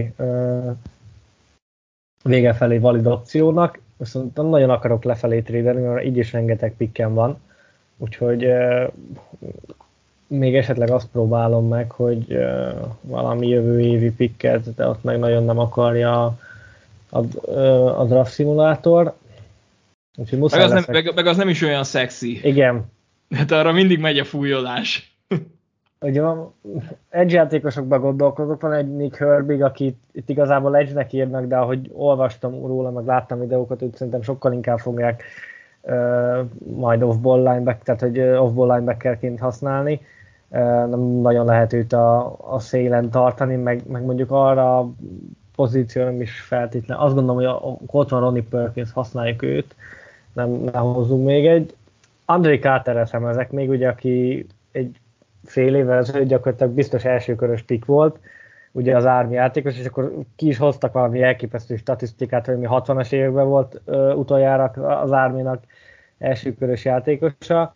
felé valid opciónak. Viszont nagyon akarok lefelé trédelni, mert így is rengeteg pikkem van. Úgyhogy még esetleg azt próbálom meg, hogy valami jövő évi pikket, de ott meg nagyon nem akarja a draft szimulátor. Úgyhogy muszáj meg az nem is olyan szexi. Igen. Hát arra mindig megy a fújolás. Ugye edge játékosokban gondolkozok, van egy Nick Herbig, akit itt igazából edge-nek írnak, de ahogy olvastam róla, meg láttam videókat, őt szerintem sokkal inkább fogják majd off-ball linebacker, tehát hogy off-ball linebackerként használni. Nem nagyon lehet őt a szélen tartani, meg mondjuk arra a pozíció nem is feltétlenül. Azt gondolom, hogy ott van Ronnie Perkins, használjuk őt, nem hozzunk még egy. André Carterre szemezek még, ugye, aki egy fél évvel ezelőtt gyakorlatilag biztos elsőkörös pick volt, ugye az Army játékos, és akkor ki is hoztak valami elképesztő statisztikát, hogy mi 60-as években volt utoljára az Army-nak elsőkörös játékosa.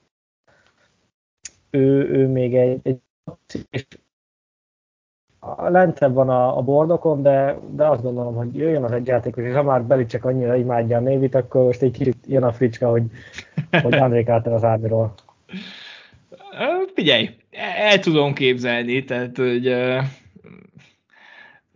Ő még egy lentebb van a bordokon, de azt gondolom, hogy jöjjön az egy játékos, és ha már Belichick annyira imádja a Navy-t, akkor most egy kicsit jön a fricska, hogy André Carter az Army-ról. Figyelj, el tudom képzelni, tehát hogy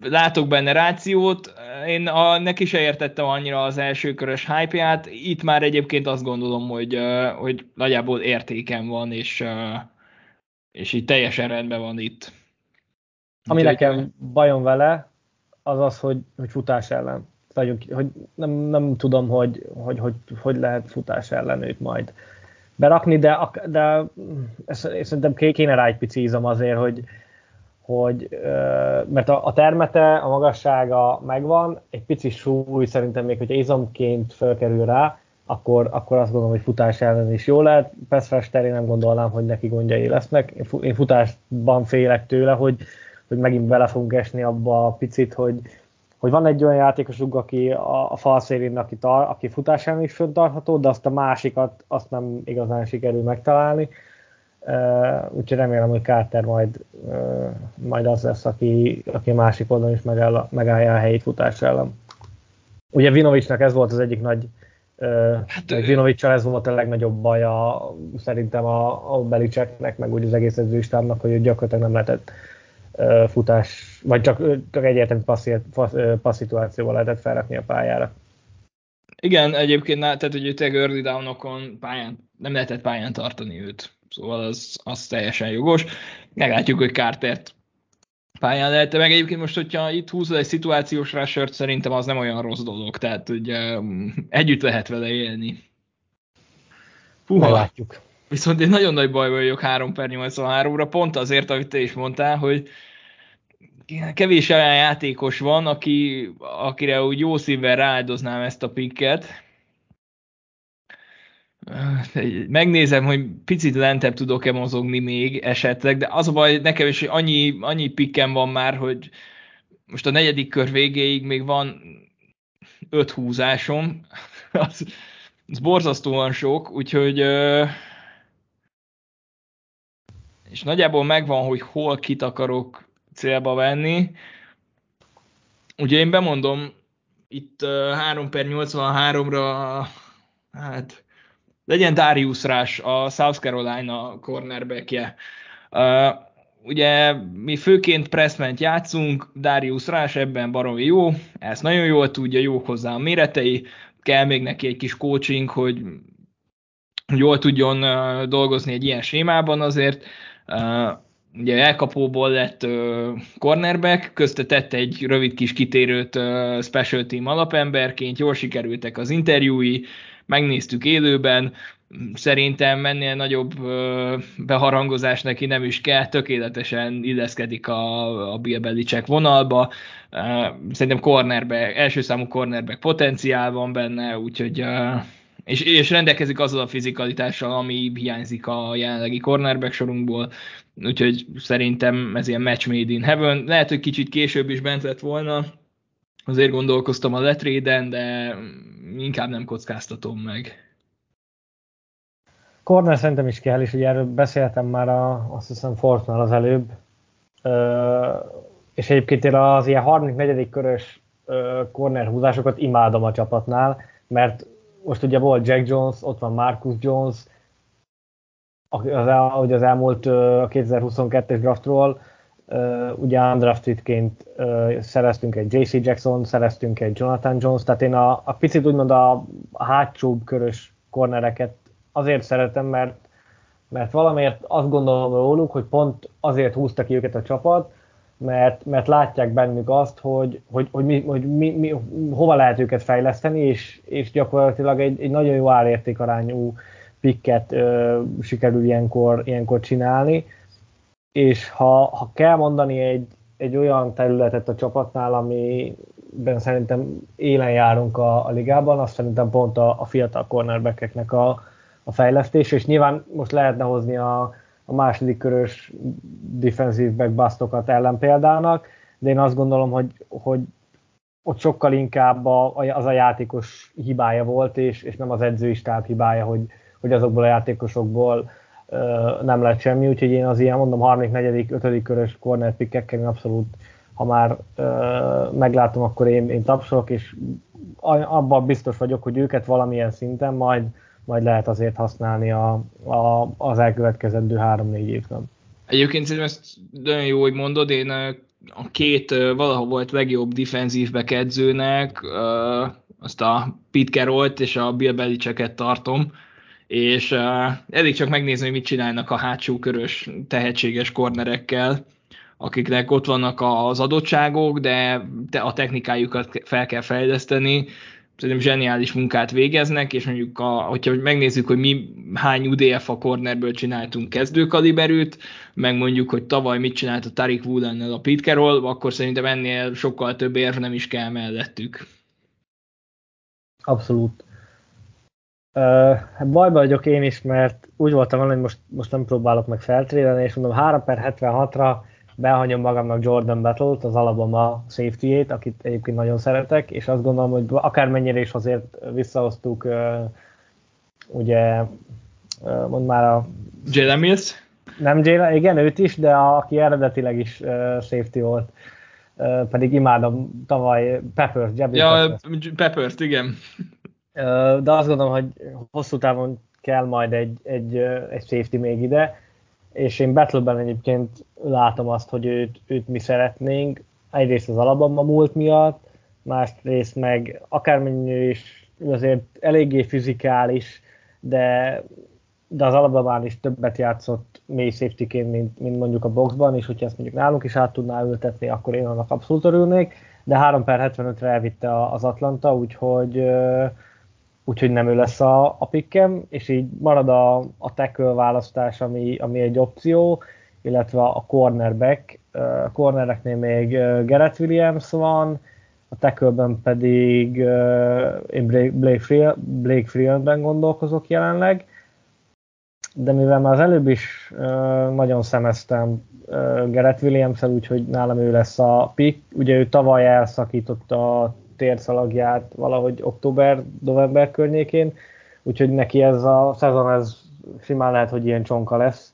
látok benne rációt, én neki se értettem annyira az elsőkörös hype-ját, itt már egyébként azt gondolom, hogy nagyjából értéken van, és így teljesen rendben van itt. Ami nekem bajom vele, az az, hogy futás ellen. Hogy nem tudom, hogy lehet futás ellen őt majd berakni, de szerintem kéne rá egy pici izom azért, hogy mert a termete, a magassága megvan, egy pici súly szerintem még, hogyha izomként felkerül rá, akkor azt gondolom, hogy futás ellen is jó lehet. Pass rush terén nem gondolnám, hogy neki gondjai lesznek. Én futásban félek tőle, hogy megint bele fogunk esni abba a picit, hogy van egy olyan játékosunk, aki a falszélén, aki futás ellen is föntartható, de azt a másikat azt nem igazán sikerül megtalálni. Úgyhogy remélem, hogy Carter majd az lesz, aki a másik oldalon is megállja a helyét futás ellen. Ugye Vinovicnak ez volt az egyik nagy, Vinovicsal ez volt a legnagyobb baja szerintem a Belichicknek, meg úgy az egész edzőstábnak, hogy gyakorlatilag nem lehetett futás, vagy csak egyértelmű passzituációval lehetett felrakni a pályára. Igen, egyébként, tehát hogy tényleg early down-okon nem lehetett pályán tartani őt. Szóval az teljesen jogos. Meglátjuk, hogy Cartert pályán lehet. Meg egyébként most, hogyha itt húzol egy szituációs rushert, szerintem az nem olyan rossz dolog. Tehát, hogy együtt lehet vele élni. Meglátjuk. Viszont én nagyon nagy baj vagyok 3/83-ra, pont azért, amit te is mondtál, hogy kevés olyan játékos van, akire úgy jó szívvel rááldoznám ezt a picket. Megnézem, hogy picit lentebb tudok-e mozogni még esetleg, de az a baj, nekem is annyi pikkem van már, hogy most a negyedik kör végéig még van 5 húzásom. Az borzasztóan sok, úgyhogy és nagyjából megvan, hogy hol kit akarok célba venni. Ugye én bemondom, itt 3/83-ra hát legyen Darius Rush, a South Carolina cornerbackje. Ugye mi főként pressment játszunk, Darius Rush ebben baromi jó, ezt nagyon jól tudja, jók hozzá a méretei, kell még neki egy kis coaching, hogy jól tudjon dolgozni egy ilyen sémában azért. Ugye elkapóból lett cornerback, közte tett egy rövid kis kitérőt special team alapemberként, jól sikerültek az interjúi, megnéztük élőben, szerintem ennél nagyobb beharangozás neki nem is kell, tökéletesen illeszkedik a Bill Belichick vonalba, szerintem cornerback, első számú cornerback potenciál van benne, úgyhogy és rendelkezik azzal a fizikalitással, ami hiányzik a jelenlegi cornerback sorunkból, úgyhogy szerintem ez ilyen match made in heaven. Lehet, hogy kicsit később is bent lett volna, azért gondolkoztam a letréden, de inkább nem kockáztatom meg. Corner szerintem is kell, és ugye erről beszéltem már azt hiszem Fortnál az előbb, és egyébként én az ilyen 34. körös corner húzásokat imádom a csapatnál, mert most ugye volt Jack Jones, ott van Marcus Jones, az elmúlt 2022-es draftról, ugye undraftedként szereztünk egy JC Jackson, szereztünk egy Jonathan Jones, tehát én a picit úgymond a hátsó körös cornereket azért szeretem, mert valamiért azt gondolom róluk, hogy pont azért húzta ki őket a csapat, mert látják bennük azt, hogy hova lehet őket fejleszteni, és gyakorlatilag egy nagyon jó árértékarányú picket sikerül ilyenkor csinálni, és ha kell mondani egy olyan területet a csapatnál, amiben szerintem élen járunk a ligában, azt szerintem pont a fiatal cornerbackeknek a fejlesztés, és nyilván most lehetne hozni a második körös defensive back bustokat ellenpéldának, de én azt gondolom, hogy ott sokkal inkább az a játékos hibája volt, és nem az edzői stáb hibája, hogy azokból a játékosokból nem lett semmi, úgyhogy én az ilyen, mondom, 3., 4., 5. körös corner pickekkel én abszolút, ha már meglátom, akkor én tapsolok, és abban biztos vagyok, hogy őket valamilyen szinten majd lehet azért használni az elkövetkezendő 3-4 évben. Egyébként szerintem ezt nagyon jó, hogy mondod, én a két valahol volt legjobb defensív back edzőnek, azt a Pete Carrollt és a Bill Belichicket tartom, és elég csak megnézni, hogy mit csinálnak a hátsó körös tehetséges cornerekkel, akiknek ott vannak az adottságok, de a technikájukat fel kell fejleszteni. Szerintem zseniális munkát végeznek, és mondjuk, hogyha megnézzük, hogy mi hány UDFA cornerből csináltunk kezdőkaliberűt, meg mondjuk, hogy tavaly mit csinált a Tariq Woolennel a Pete Carroll, akkor szerintem ennél sokkal több érv nem is kell mellettük. Abszolút. Hát bajban vagyok én is, mert úgy voltam vele, hogy most nem próbálok meg feltrédelni, és mondom 3/76-ra behagyom magamnak Jordan Battle-t, az Alabama safety-ét, akit egyébként nagyon szeretek, és azt gondolom, hogy akármennyire is azért visszahoztuk, ugye, mondd már a... Jalen Mills? Nem Jalen, igen, őt is, de aki eredetileg is safety volt, pedig imádom tavaly Peppers, Ja, Peppers, igen. De azt gondolom, hogy hosszú távon kell majd egy safety még ide, és én Battle-ben egyébként látom azt, hogy őt mi szeretnénk, egyrészt az Alabama múlt miatt, másrészt meg akármennyire is azért eléggé fizikális, de az Alabamán is többet játszott mély safety-ként, mint mondjuk a boxban, és hogyha ezt mondjuk nálunk is át tudná ültetni, akkor én annak abszolút örülnék, de 3/75-re elvitte az Atlanta, úgyhogy nem ő lesz a pickem, és így marad a tackle választás, ami egy opció, illetve a cornerback. A cornereknél még Garrett Williams van, a tackle-ben pedig én Blake Freelandben gondolkozok jelenleg, de mivel már az előbb is nagyon szemeztem Garrett Williams-el, úgyhogy nálam ő lesz a pick. Ugye ő tavaly elszakította a térszalagját valahogy október-november környékén, úgyhogy neki ez a szezon ez simán lehet, hogy ilyen csonka lesz,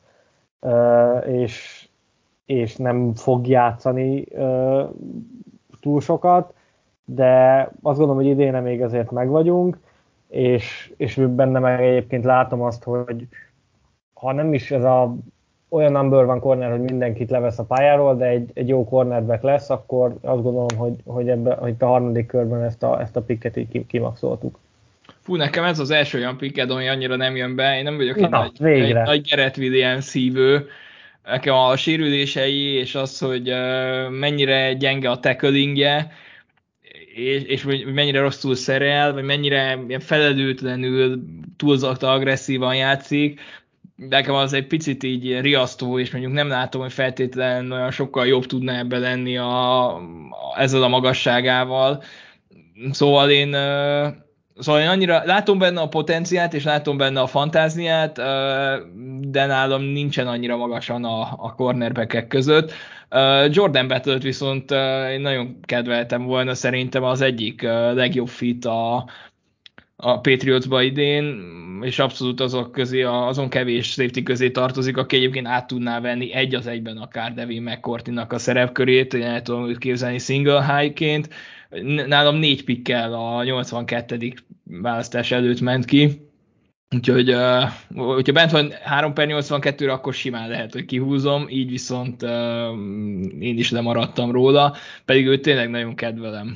és nem fog játszani túl sokat, de azt gondolom, hogy idénre még azért megvagyunk, és benne meg egyébként látom azt, hogy ha nem is ez olyan number one corner, hogy mindenkit levesz a pályáról, de egy jó cornerback lesz, akkor azt gondolom, hogy a harmadik körben ezt a picket így kimaxoltuk. Fú, nekem ez az első olyan picked, ami annyira nem jön be. Én nem vagyok egy nagy Garrett Williams hívő. Nekem a sérülései, és az, hogy mennyire gyenge a tacklingje, és mennyire rosszul szerel, vagy mennyire ilyen felelőtlenül, túlzott agresszívan játszik, nekem az egy picit így riasztó, és mondjuk nem látom, hogy feltétlenül olyan sokkal jobb tudna ebbe lenni ezzel a magasságával. Szóval én annyira látom benne a potenciált, és látom benne a fantáziát, de nálam nincsen annyira magasan a cornerbackek között. Jordan Battle-t viszont én nagyon kedveltem volna, szerintem az egyik legjobb fit a Patriotsba idén, és abszolút azok közé, azon kevés safety közé tartozik, aki egyébként át tudná venni egy az egyben akár Devin McCourty-nak a szerepkörét, én el tudom őt képzelni single high-ként. Nálam 4 pickkel a 82. választás előtt ment ki, úgyhogy hogyha bent van 3/82-re, akkor simán lehet, hogy kihúzom, így viszont én is lemaradtam róla, pedig őt tényleg nagyon kedvelem.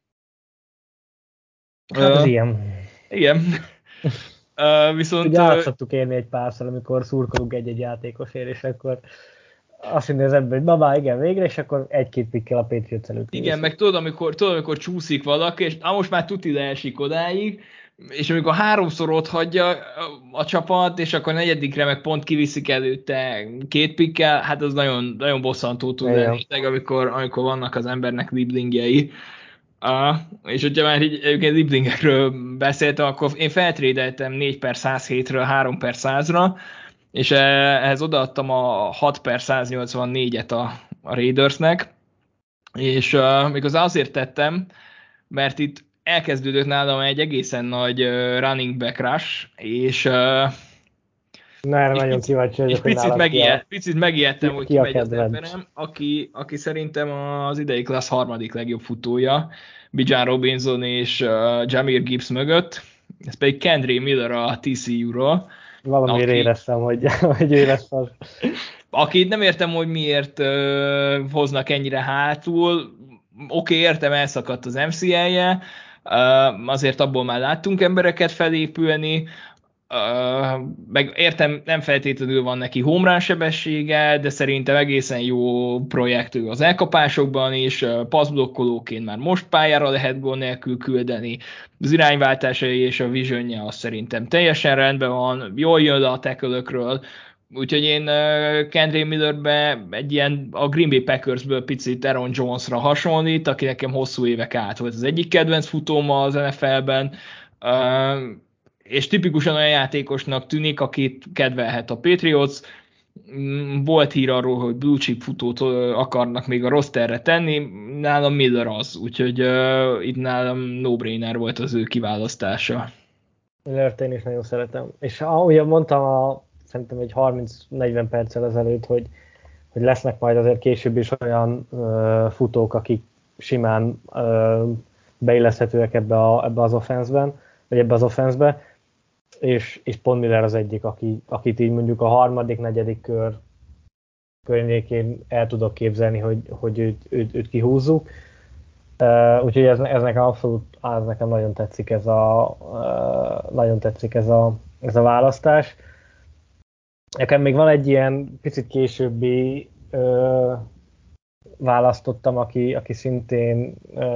Hát ez ilyen. Igen. Viszont... Ugye át szoktuk élni egy párszor, amikor szurkolunk egy játékosért, és akkor azt hinni az ember, hogy na igen, végre, és akkor 1-2 pikkel a Patriots előtt. Igen, meg tudod, amikor csúszik valaki, és most már tuti leesik odáig, és amikor 3-szor ott hagyja a csapat, és akkor 4-re meg pont kiviszik előtte 2 pikkel, hát az nagyon, nagyon bosszantó tud lenni, amikor vannak az embernek driblingjei. És hogyha már így egyébként driblingekről beszéltem, akkor én feltrédeltem 4/107-ről 3/100-ra, és ehhez odaadtam a 6/184-et a Raidersnek, és méghozzá azért tettem, mert itt elkezdődött nálam egy egészen nagy running back rush, és nagyon kíváncsi vagyok, picit megijedtem, hogy ki megy az emberem, aki szerintem az idei klassz harmadik legjobb futója, Bijan Robinson és Jahmyr Gibbs mögött, ez pedig Kendre Miller a TCU-ról. Valamiért éreztem, hogy ő lesz az. Akit nem értem, hogy miért hoznak ennyire hátul. Oké, értem, elszakadt az MCL-je, azért abból már láttunk embereket felépülni, meg értem, nem feltétlenül van neki home run sebessége, de szerintem egészen jó projekt ő az elkapásokban is, passzblokkolóként már most pályára lehet gól nélkül küldeni, az irányváltásai és a visionje az szerintem teljesen rendben van, jól jön le a tackle-ökről, úgyhogy én Kendre Millerbe egy ilyen a Green Bay Packersből picit Aaron Jonesra hasonlít, aki nekem hosszú évek át volt az egyik kedvenc futóma az NFL-ben, és tipikusan olyan játékosnak tűnik, akit kedvelhet a Patriots. Volt hír arról, hogy blue chip futót akarnak még a rosterre tenni, nálam Miller az, úgyhogy itt nálam no-brainer volt az ő kiválasztása. Millert én is nagyon szeretem. És ahogy mondtam, szerintem egy 30-40 perccel ezelőtt, hogy lesznek majd azért később is olyan futók, akik simán beilleszthetőek ebbe az offenszben, vagy ebbe az offenszbe, és pont Miller az egyik, akit így mondjuk a harmadik, negyedik kör környékén el tudok képzelni, hogy őt kihúzzuk. Úgyhogy ez nekem abszolút, nekem nagyon tetszik ez a választás. Nekem még van egy ilyen picit későbbi választottam, aki szintén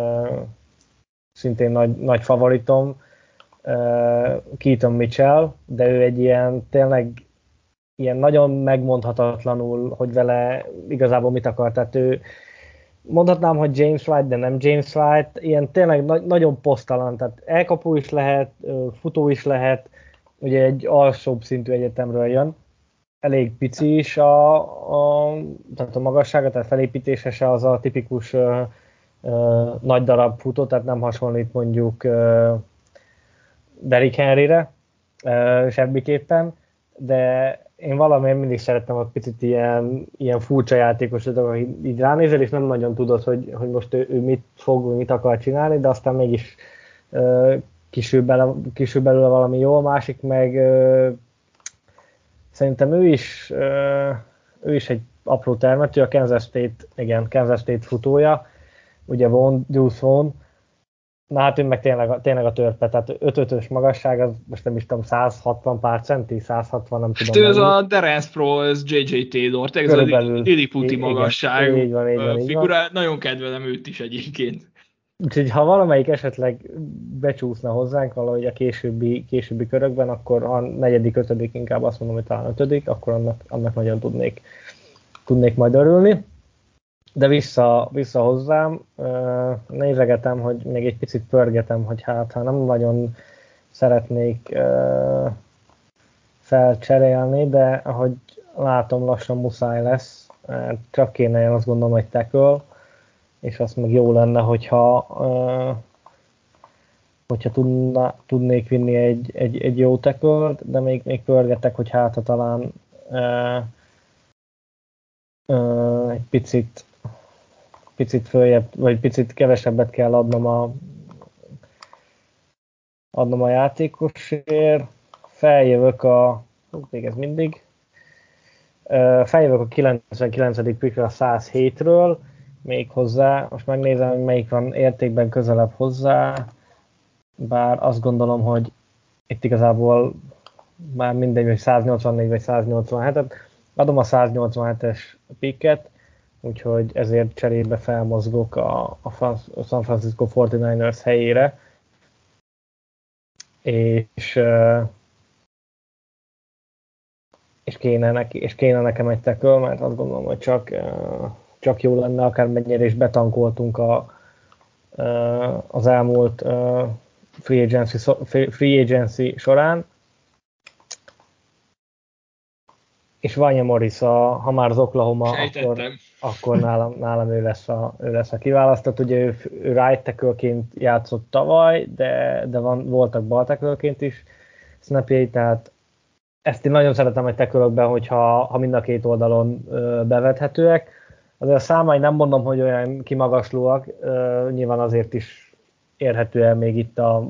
nagy favoritom, Keaton Mitchell, de ő egy ilyen tényleg ilyen nagyon megmondhatatlanul, hogy vele igazából mit akar. Tehát ő mondhatnám, hogy James White, de nem James White, ilyen tényleg nagyon posztalan, tehát elkapó is lehet, futó is lehet, ugye egy alsóbb szintű egyetemről jön, elég pici is tehát a magassága, tehát felépítése se az a tipikus nagy darab futó, tehát nem hasonlít mondjuk Derrick Henryre semmiképpen, de én valamiért mindig szerettem a picit ilyen furcsa játékosok, aki így ránézel, és nem nagyon tudod, hogy most ő mit fog, mit akar csinálni, de aztán mégis kisül belőle valami jó, másik meg szerintem ő is egy apró termető, a Kansas State futója, ugye Deuce Vaughn, na hát ő meg tényleg a törpe, tehát 5-5-ös magasság, az most nem is tudom, 160 pár centi, 160, nem tudom. Ez a Terence Pro, ez J.J. Taylor, ez a Liliputi magasságú figura, nagyon kedvelem őt is egyébként. Úgyhogy ha valamelyik esetleg becsúszna hozzánk valahogy a későbbi körökben, akkor a negyedik, ötödik, inkább azt mondom, hogy talán ötödik, akkor annak nagyon tudnék majd örülni. De vissza hozzám, nézegetem, hogy még egy picit pörgetem, hogy ha nem nagyon szeretnék felcserélni, de ahogy látom, lassan muszáj lesz, csak kéne én azt gondolom, hogy tackle, és azt meg jó lenne, hogyha tudnék vinni egy jó tackle-t, de még pörgetek, hogy hát talán egy picit följebb, vagy picit kevesebbet kell adnom a játékosért. Feljövök feljövök a 99. pickre a 107-ről, még hozzá, most megnézem, hogy melyik van értékben közelebb hozzá, bár azt gondolom, hogy itt igazából már mindegy, hogy 184 vagy 187-et, adom a 187-es picket, úgyhogy ezért cserébe felmozgok a San Francisco 49ers helyére, és kéne nekem egy tackle, mert azt gondolom, hogy csak jó lenne, akármennyire is betankoltunk az elmúlt free agency során. És Vanya Morris, ha már az Oklahoma, akkor nálam ő lesz a kiválasztott. Ugye ő right tackle-ként játszott tavaly, de voltak bal tackle-ként is snapjai, tehát ezt én nagyon szeretem egy tackle-ökben, hogyha mind a két oldalon bevethetőek. Azért a számai nem mondom, hogy olyan kimagaslóak, nyilván azért is érhető el még itt a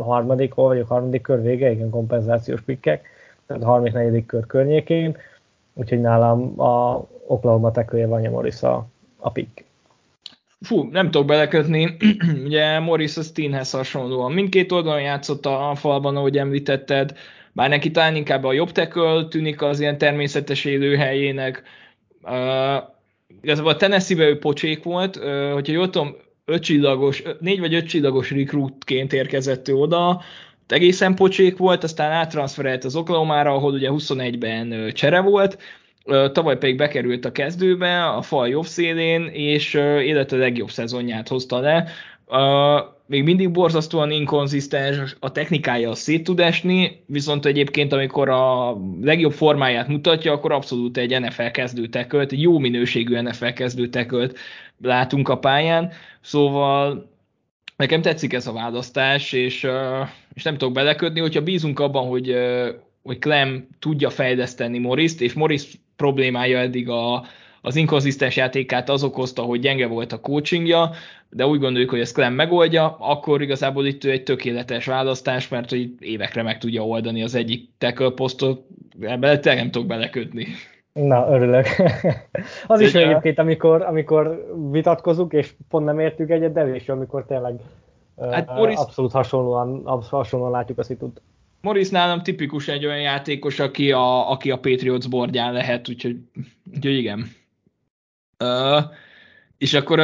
harmadik kör vége, igen, kompenzációs pikkek, tehát a 34. kör környékén, úgyhogy nálam a Oklahoma tackle Vanya Morris a pick. Fú, nem tudok belekötni, ugye Morris a Steenhez hasonlóan mindkét oldalon játszott a falban, ahogy említetted, bár neki talán inkább a jobb tackle tűnik az ilyen természetes élőhelyének. Igazából a Tennessee-ben ő pocsék volt, hogyha jól tudom, 4 vagy 5 csillagos recruitként érkezett ő oda, egészen pocsék volt, aztán áttranszferelt az Oklahomára, ahol ugye 21-ben csere volt, tavaly pedig bekerült a kezdőbe, a fal jobb szélén, és élete legjobb szezonját hozta le. Még mindig borzasztóan inkonzisztens, a technikája szét tud esni, viszont egyébként amikor a legjobb formáját mutatja, akkor abszolút egy NFL kezdőtekölt, egy jó minőségű NFL kezdőtekölt látunk a pályán, szóval nekem tetszik ez a választás, és nem tudok belekötni, hogyha bízunk abban, hogy Clem tudja fejleszteni Morrist, és Morris problémája eddig az inkonzisztens játékát az okozta, hogy gyenge volt a coachingja, de úgy gondoljuk, hogy ezt Clem megoldja, akkor igazából itt egy tökéletes választás, mert hogy évekre meg tudja oldani az egyik tackle posztot, ebben nem tudok belekötni. Na, örülök. Az is egyébként, amikor vitatkozunk, és pont nem értük egyet, de is, amikor tényleg abszolút hasonlóan látjuk a szitut. Morris nálam tipikus egy olyan játékos, aki a Patriots bordján lehet, úgyhogy igen. És akkor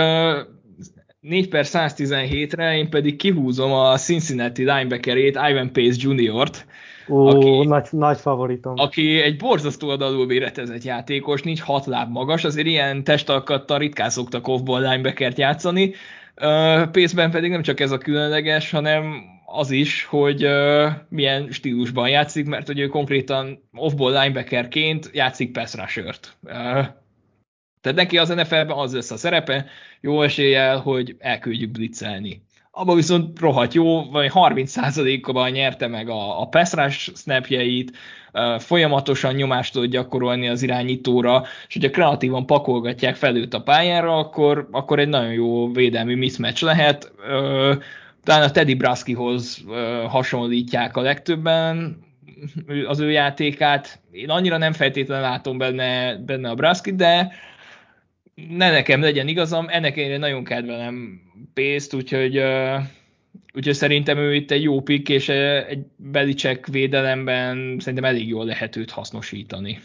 4/117-re én pedig kihúzom a Cincinnati linebackerét, Ivan Pace Jr.-t, nagy favoritom. Aki egy borzasztó alul méretezett játékos, nincs 6 láb magas, azért ilyen testalkattal ritkán szoktak off-ball linebackert játszani. Pace-ben pedig nem csak ez a különleges, hanem az is, hogy milyen stílusban játszik, mert hogy ő konkrétan off-ball linebackerként játszik pass rushert. Tehát neki az NFL-ben az lesz a szerepe, jó eséllyel, hogy elküldjük blitzelni. Abban viszont rohadt jó, vagy 30%-ban nyerte meg a pass rush snapjeit, folyamatosan nyomást tud gyakorolni az irányítóra, és hogyha kreatívan pakolgatják fel őt a pályára, akkor egy nagyon jó védelmi mismatch lehet. Talán a Teddy Bruschihoz hasonlítják a legtöbben az ő játékát. Én annyira nem feltétlenül látom benne a Bruschit, de ne nekem legyen igazam, ennek én nagyon kedvelem Pace-t, úgyhogy szerintem ő itt egy jó pick, és egy Belichick védelemben szerintem elég jól lehet őt hasznosítani.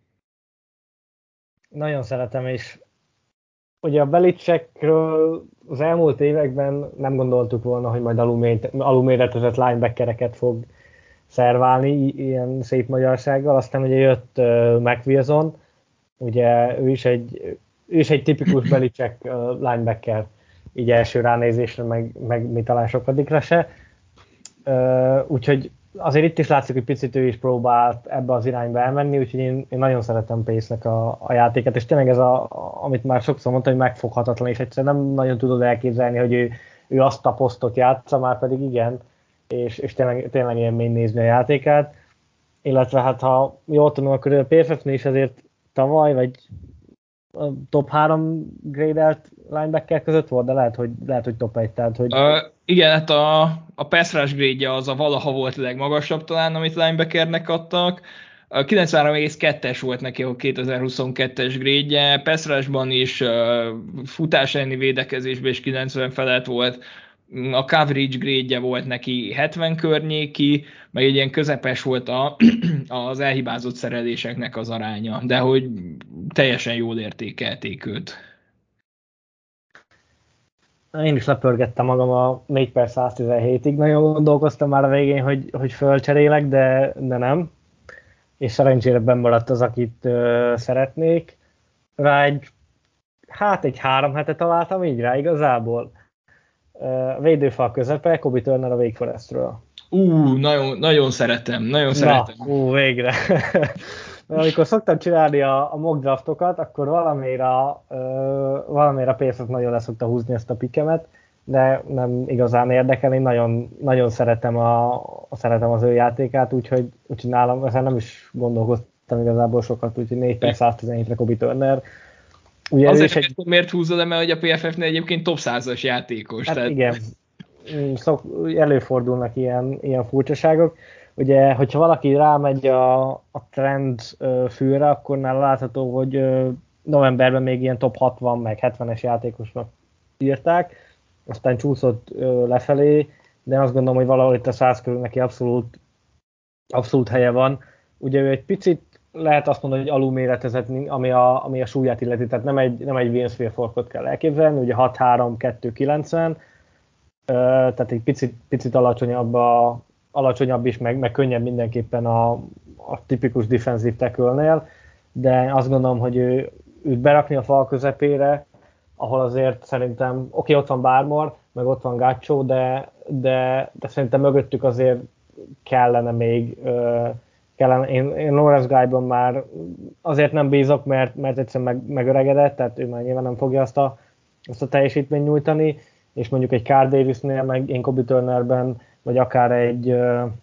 Nagyon szeretem, és ugye a Belichickről az elmúlt években nem gondoltuk volna, hogy majd alulméretezett linebackereket fog szerválni ilyen szép magyarsággal, aztán ugye jött McWilson, ugye ő is egy tipikus Belichick linebacker, így első ránézésre, meg mi talán sokadikra se. Úgyhogy azért itt is látszik, hogy picit ő is próbált ebbe az irányba elmenni, úgyhogy én nagyon szeretem Pace-nek a játékát, és tényleg ez amit már sokszor mondtam, hogy megfoghatatlan, és egyszerűen nem nagyon tudod elképzelni, hogy ő azt a posztot játsza, már pedig igen, és tényleg élmény nézni a játékát. Illetve hát ha jól tudom, akkor a PFF-nél is azért tavaly, vagy a top 3 gradelt linebacker között volt, de lehet, hogy top 1. Tehát, hogy... Igen, hát a pass rush grade-je az a valaha volt legmagasabb talán, amit linebackernek adtak. 93,2-es volt neki a 2022-es grade-je, pass rushban is, futás elleni védekezésben is 90 felett volt, a coverage grade-je volt neki 70 környéki, meg egy ilyen közepes volt az elhibázott szereléseknek az aránya, de hogy teljesen jól értékelték őt. Én is lepörgettem magam a 4/117-ig, nagyon gondolkoztam már a végén, hogy fölcserélek, de nem. És szerencsére benn maradt az, akit szeretnék. Rá egy 3 hete találtam így rá igazából. Védőfal közepe, Kobe Turner a Wake Forestről. Nagyon, nagyon szeretem, nagyon szeretem. Végre. Amikor szoktam csinálni a mock draftokat, akkor valamire Pace-et nagyon leszokta húzni ezt a pikemet, de nem igazán érdekel, én nagyon, nagyon szeretem az ő játékát, úgyhogy nálam ezen nem is gondolkoztam igazából sokat, úgyhogy 4/117-re Kobe Turner. Ugye azért miért húzod le, mert a PFF-nél egyébként top 100-as játékos. Hát tehát... igen, előfordulnak ilyen furcsaságok. ugye, hogyha valaki rámegy a trend fűre, akkor nála látható, hogy novemberben még ilyen top 60 meg 70-es játékosnak írták, aztán csúszott lefelé, de én azt gondolom, hogy valahol itt a 100 körül neki abszolút helye van. Ugye ő egy picit lehet azt mondani, hogy alulméretezett, ami a súlyát illeti, tehát nem egy Vince Wilforkot kell elképzelni, ugye 6'3", 2'90", tehát egy picit alacsonyabb is, meg könnyebb mindenképpen a tipikus defensive tackle-nél, de azt gondolom, hogy őt berakni a fal közepére, ahol azért szerintem, ott van Barmore, meg ott van Gaccio, de szerintem mögöttük azért kellene még, én Lawrence Guy-ban már azért nem bízok, mert egyszerűen megöregedett, tehát ő már nyilván nem fogja azt a teljesítményt nyújtani, és mondjuk egy Carl Davisnél, meg én Kobe Turnerben, vagy akár egy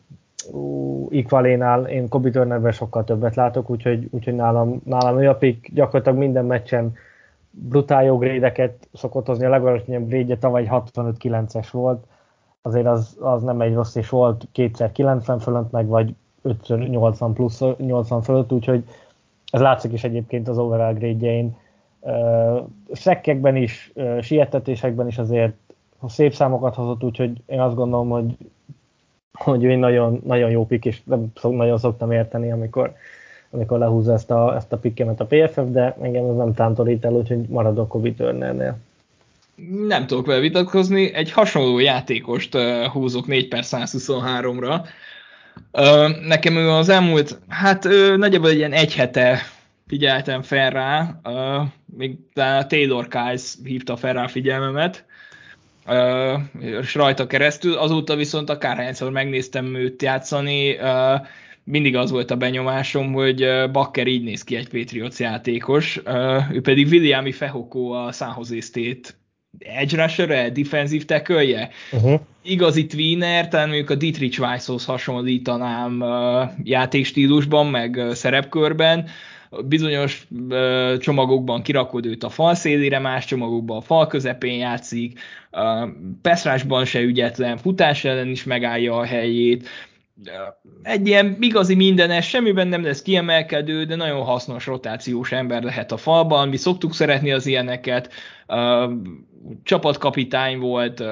Equalénál én Kobe Turnerben sokkal többet látok, úgyhogy nálam ő a pick, gyakorlatilag minden meccsen brutál jó grédeket szokott hozni, a legalacsonyabb grédje tavaly 65-9-es volt, azért az nem egy rossz, és volt kétszer 90 fölött, meg vagy 5-80 plusz 80 fölött, úgyhogy ez látszik is egyébként az overall grédjein. Szekkekben is, sietetésekben is azért szép számokat hozott, úgyhogy én azt gondolom, hogy ő egy nagyon, nagyon jó pick, és nagyon szoktam érteni, amikor lehúzza ezt a pikkemet a PFF, de engem ez nem tántorít el, úgyhogy maradok Kobe Turnernél. Nem tudok vele vitatkozni, egy hasonló játékost húzok 4/123-ra. Nekem ő az elmúlt, nagyjából egy ilyen egy hete figyeltem fel rá, még a Taylor Kiles hívta fel rá a figyelmemet, és rajta keresztül, azóta viszont akárhányszor megnéztem őt játszani, mindig az volt a benyomásom, hogy Bakker így néz ki egy Patriots játékos, ő pedig Williami Fehoko a San Jose State edge rusher-e, defensive tackle-je, igazi tweener, talán mondjuk a Dietrich Weisshoz hasonlítanám játékstílusban, meg szerepkörben, bizonyos csomagokban kirakod őt a fal szélére, más csomagokban a fal közepén játszik, pass-rushban se ügyetlen, futás ellen is megállja a helyét, egy ilyen igazi mindenes, semmiben nem lesz kiemelkedő, de nagyon hasznos rotációs ember lehet a falban, mi szoktuk szeretni az ilyeneket, csapatkapitány volt,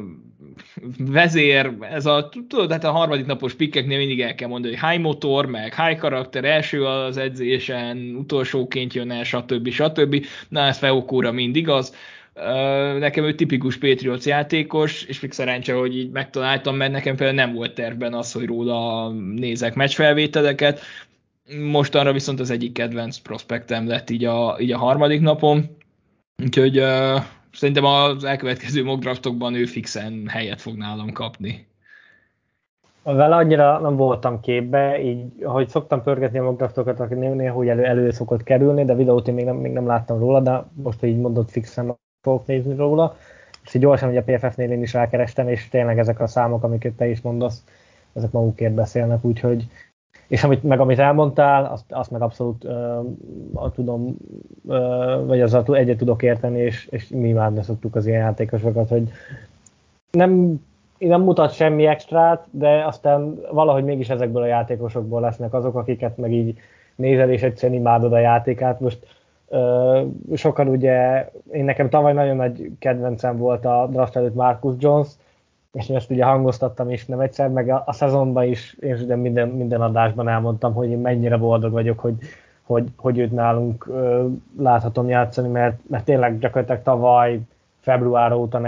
vezér, tudod, hát a harmadik napos pikkeknél mindig el kell mondani, hogy high motor, meg high karakter, első az edzésen, utolsóként jön el, stb. Na, ez Feokóra mind igaz. Nekem ő tipikus Patriots játékos, és még szerencse, hogy így megtaláltam, mert nekem például nem volt tervben az, hogy róla nézek meccsfelvételeket. Mostanra viszont az egyik kedvenc prospektem lett így a harmadik napon, úgyhogy szerintem az elkövetkező mock draftokban ő fixen helyet fog nálam kapni. Vele annyira nem voltam képbe, így ahogy szoktam pörgetni a mock draftokat, aki néha elő szokott kerülni, de videót én még nem láttam róla, de most, hogy így mondott, fixen fogok nézni róla. És így gyorsan, hogy a PFF-nél én is rákerestem, és tényleg ezek a számok, amiket te is mondasz, ezek magukért beszélnek, úgyhogy és amit elmondtál, azt meg abszolút tudom, vagy azzal egyet tudok érteni, és mi már ne szoktuk az ilyen játékosokat, hogy nem mutat semmi extrát, de aztán valahogy mégis ezekből a játékosokból lesznek azok, akiket meg így nézel, és egyszerűen imádod a játékát. Most sokan ugye, én nekem tavaly nagyon nagy kedvencem volt a draft előtt Marcus Jones, és én ezt ugye hangoztattam is nem egyszer, meg a szezonban is, és ugye minden adásban elmondtam, hogy én mennyire boldog vagyok, hogy őt nálunk láthatom játszani, mert tényleg gyakorlatilag tavaly február óta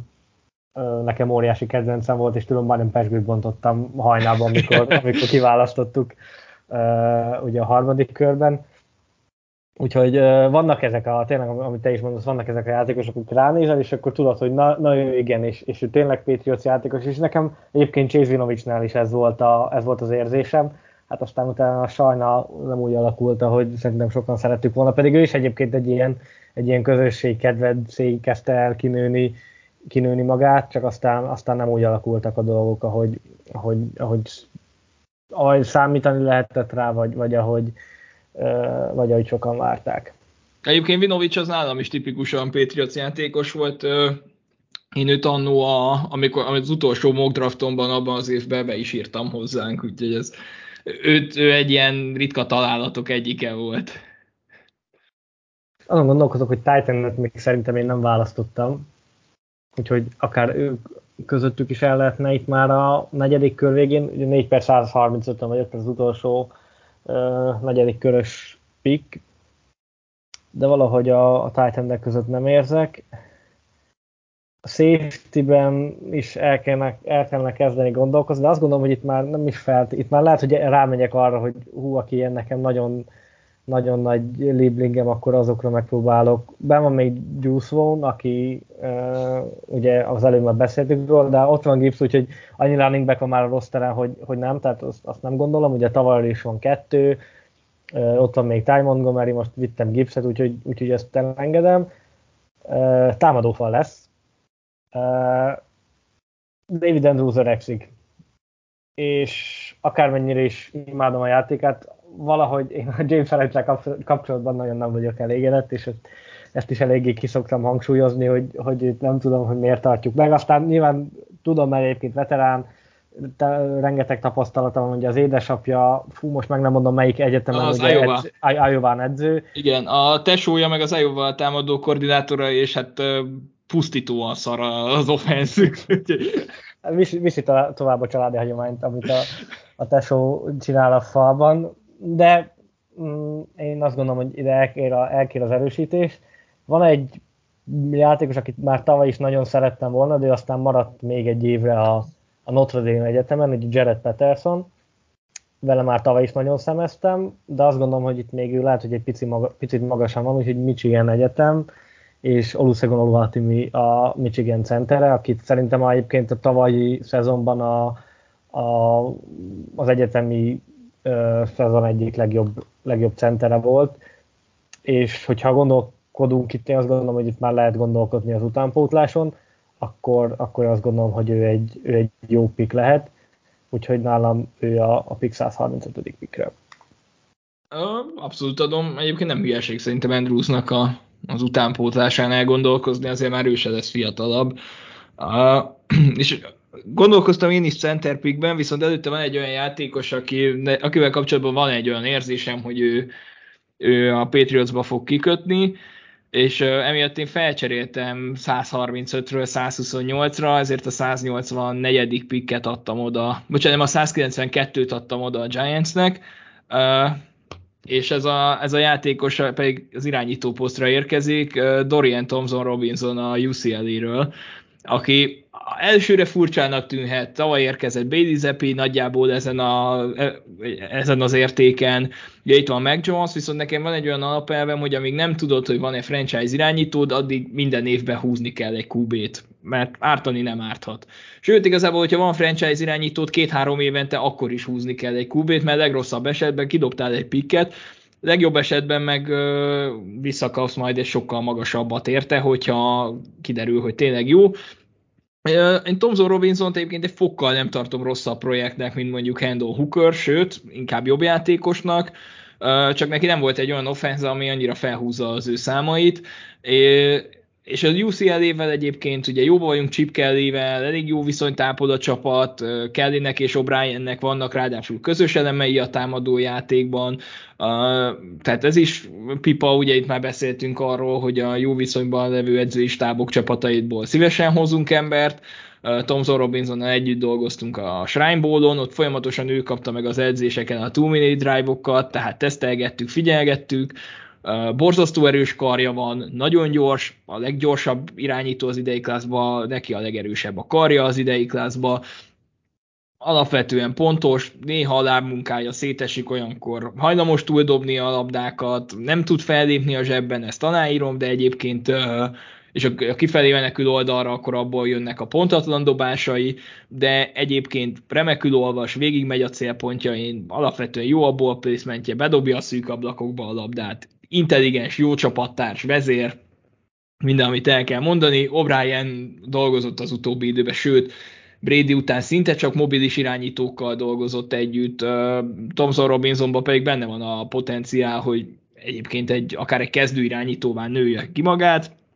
nekem óriási kedvencem volt, és tudom, majdnem pezsgőt bontottam hajnalban, amikor kiválasztottuk ugye a harmadik körben. Úgyhogy vannak ezek tényleg, amit te is mondasz, vannak ezek a játékosok, akik ránézel, és akkor tudod, hogy na ő igen, és ő tényleg Patriots játékos, és nekem egyébként Chase Winovicsnál is ez volt az érzésem. Hát aztán utána sajnál nem úgy alakult, ahogy szerintem sokan szerettük volna, pedig ő is egyébként egy ilyen közösség kedvencé kezdte el kinőni magát, csak aztán nem úgy alakultak a dolgok, ahogy számítani lehetett rá, vagy ahogy sokan várták. Egyébként Winovich az nálam is tipikusan Patriots játékos volt. Én őt annó, amikor az utolsó mock draftomban abban az évben be is írtam hozzánk, úgyhogy ő egy ilyen ritka találatok egyike volt. Azon gondolkozok, hogy Titan-et még szerintem én nem választottam, úgyhogy akár ők közöttük is el lehetne itt már a negyedik kör végén, ugye 4 per 135-en vagyok, ez az utolsó negyedik körös pick, de valahogy a Titan-ek között nem érzek. A safety-ben is el kellene kezdeni gondolkozni, de azt gondolom, hogy itt már nem is itt már lehet, hogy rámegyek arra, hogy aki ilyen nekem nagyon, nagyon nagy lieblingem, akkor azokra megpróbálok. Ben van még Juice Vaughn, aki ugye az előbb már beszéltük róla, de ott van Gibbs, úgyhogy annyi running back van már a rosteren, hogy nem, tehát azt nem gondolom, ugye tavaly is van 2, ott van még Ty Montgomery, most vittem Gibbset, úgyhogy ezt elengedem. Támadófal lesz. David Andrews öregszik, és akármennyire is imádom a játékát, valahogy én a James Harrell-tel kapcsolatban nagyon nem vagyok elégedett, és ezt is eléggé kiszoktam hangsúlyozni, hogy nem tudom, hogy miért tartjuk meg. Aztán nyilván tudom, mert egyébként veterán, rengeteg tapasztalata van, ugye az édesapja, most meg nem mondom melyik egyetemen, Az ugye Iowa. edző. Igen, a tesója meg az Iowa támadó koordinátora, és hát pusztítóan szar az offenszük. Viszi tovább a családi hagyományt, amit a tesó csinál a falban, de én azt gondolom, hogy ide elkér az erősítés. Van egy játékos, akit már tavaly is nagyon szerettem volna, de aztán maradt még egy évre a Notre Dame egyetemen, egy Jared Patterson. Vele már tavaly is nagyon szemeztem, de azt gondolom, hogy itt még ő lehet, hogy egy picit magasan van, úgyhogy Michigan Egyetem, és Olusegun Oluwatimi a Michigan centere, akit szerintem egyébként a tavalyi szezonban az egyetemi szezon egyik legjobb centere volt, és hogyha gondolkodunk itt, én azt gondolom, hogy itt már lehet gondolkodni az utánpótláson, akkor azt gondolom, hogy ő egy jó pick lehet, úgyhogy nálam ő a pick 135. pickre. Abszolút adom, egyébként nem hülyeség szerintem Andrewsnak az utánpótlásán elgondolkozni, azért már ő se lesz fiatalabb. És gondolkoztam én is center pickben, viszont előtte van egy olyan játékos, akivel kapcsolatban van egy olyan érzésem, hogy ő a Patriotsba fog kikötni, és emiatt én felcseréltem 135-ről 128-ra, ezért a 184. picket adtam oda, bocsánat, nem, a 192-t adtam oda a Giantsnek, és ez a játékos pedig az irányító posztra érkezik, Dorian Thompson-Robinson a UCLA-ről, aki elsőre furcsának tűnhet, tavaly érkezett Bailey Zappi nagyjából ezen az értéken, ugye itt van Mac Jones, viszont nekem van egy olyan alapelvem, hogy amíg nem tudod, hogy van-e franchise irányítód, addig minden évben húzni kell egy QB-t, mert ártani nem árthat. Sőt, igazából, hogyha van franchise irányítód 2-3 évente, akkor is húzni kell egy QB-t, mert legrosszabb esetben kidobtál egy picket, legjobb esetben meg visszakapsz majd egy sokkal magasabbat érte, hogyha kiderül, hogy tényleg jó. Én Thompson Robinsont egyébként egy fokkal nem tartom rosszabb projektnek, mint mondjuk Hendon Hooker, sőt, inkább jobb játékosnak, csak neki nem volt egy olyan offense, ami annyira felhúzza az ő számait, és az UCLA-vel egyébként ugye jóba vagyunk Chip Kellyvel, elég jó viszonyt ápol a csapat, Kellynek és O'Briennek vannak ráadásul közös elemei a támadó játékban, tehát ez is pipa, ugye itt már beszéltünk arról, hogy a jó viszonyban levő edzői stábok csapataitból szívesen hozunk embert, Thompson Robinsonnal együtt dolgoztunk a Shrine Bowl-on, ott folyamatosan ő kapta meg az edzéseken a 2-minute drive-okat, tehát tesztelgettük, figyelgettük, borzasztó erős karja van, nagyon gyors, a leggyorsabb irányító az idei klászban, neki a legerősebb a karja az idei klászban, alapvetően pontos, néha a lábmunkája szétesik, olyankor hajlamos túldobni a labdákat, nem tud fellépni a zsebben, ezt aláírom, de egyébként és a kifelé menekül oldalra, akkor abból jönnek a pontatlan dobásai, de egyébként remekül olvas, végigmegy a célpontjain, alapvetően jó a ball placementje, bedobja a szűk ablakokba a labdát, intelligens, jó csapattárs, vezér, minden, amit el kell mondani. O'Brien dolgozott az utóbbi időben, sőt, Brady után szinte csak mobilis irányítókkal dolgozott együtt, Thompson Robinsonban pedig benne van a potenciál, hogy egyébként akár egy kezdő irányítóvá nője ki magát,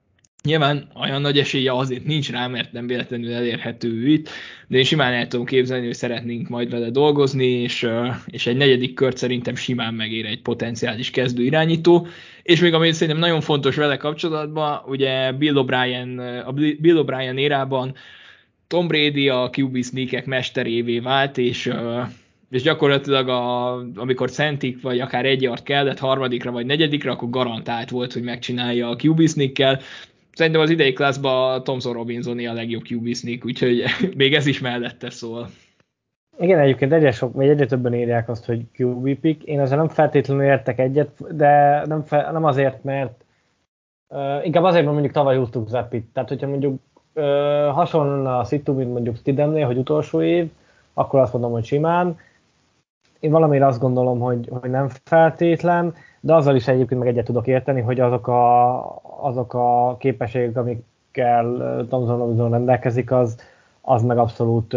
Nyilván olyan nagy esélye azért nincs rá, mert nem véletlenül elérhető ő itt, de én simán el tudom képzelni, hogy szeretnénk majd vele dolgozni, és egy negyedik kört szerintem simán megér egy potenciális kezdő irányító. És még ami szerintem nagyon fontos vele kapcsolatban, ugye a Bill O'Brien érában Tom Brady a QB sneakek mesterévé vált, és gyakorlatilag amikor centik, vagy akár egy yard kellett harmadikra vagy negyedikre, akkor garantált volt, hogy megcsinálja a QB sneakkel. Szerintem az idei klaszban Thompson Robinson a legjobb QB sneak, úgyhogy még ez is mellette szól. Igen, egyébként egyre többen írják azt, hogy QB pick. Én ezzel nem feltétlenül értek egyet, de nem azért, mert inkább azért, mert mondjuk tavaly húztuk Zappit. Tehát, hogyha mondjuk hasonlóan a szitu, mint mondjuk Stidhamnél, hogy utolsó év, akkor azt mondom, hogy simán. Én valamiért azt gondolom, hogy nem feltétlen, de azzal is egyébként meg egyet tudok érteni, hogy azok a képességek, amikkel Thompson Robinson rendelkezik, az meg abszolút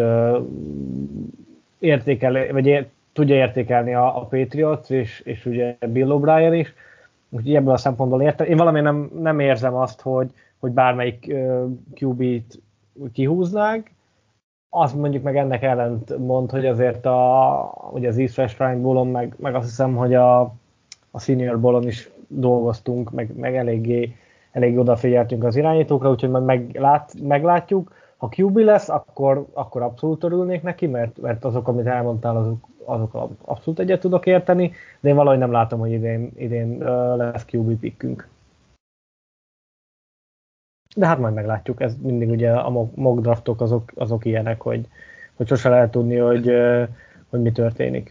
tudja értékelni a Patriots, és ugye Bill O'Brien is. Úgyhogy ebből a szempontból értem. Én valamiért nem érzem azt, hogy bármelyik QB-t kihúznánk. Azt mondjuk meg ennek ellent mond, hogy azért ugye az East West Shrine Bowl-on, meg azt hiszem, hogy a Senior Bowl-on is dolgoztunk, meg eléggé odafigyeltünk az irányítókra, úgyhogy majd meglátjuk. Ha QB lesz, akkor abszolút örülnék neki, mert azok, amit elmondtál, azok abszolút egyet tudok érteni, de én valahogy nem látom, hogy idén lesz QB pickünk. De hát majd meglátjuk, ez mindig ugye a mock draftok azok ilyenek, hogy sose lehet tudni, hogy mi történik.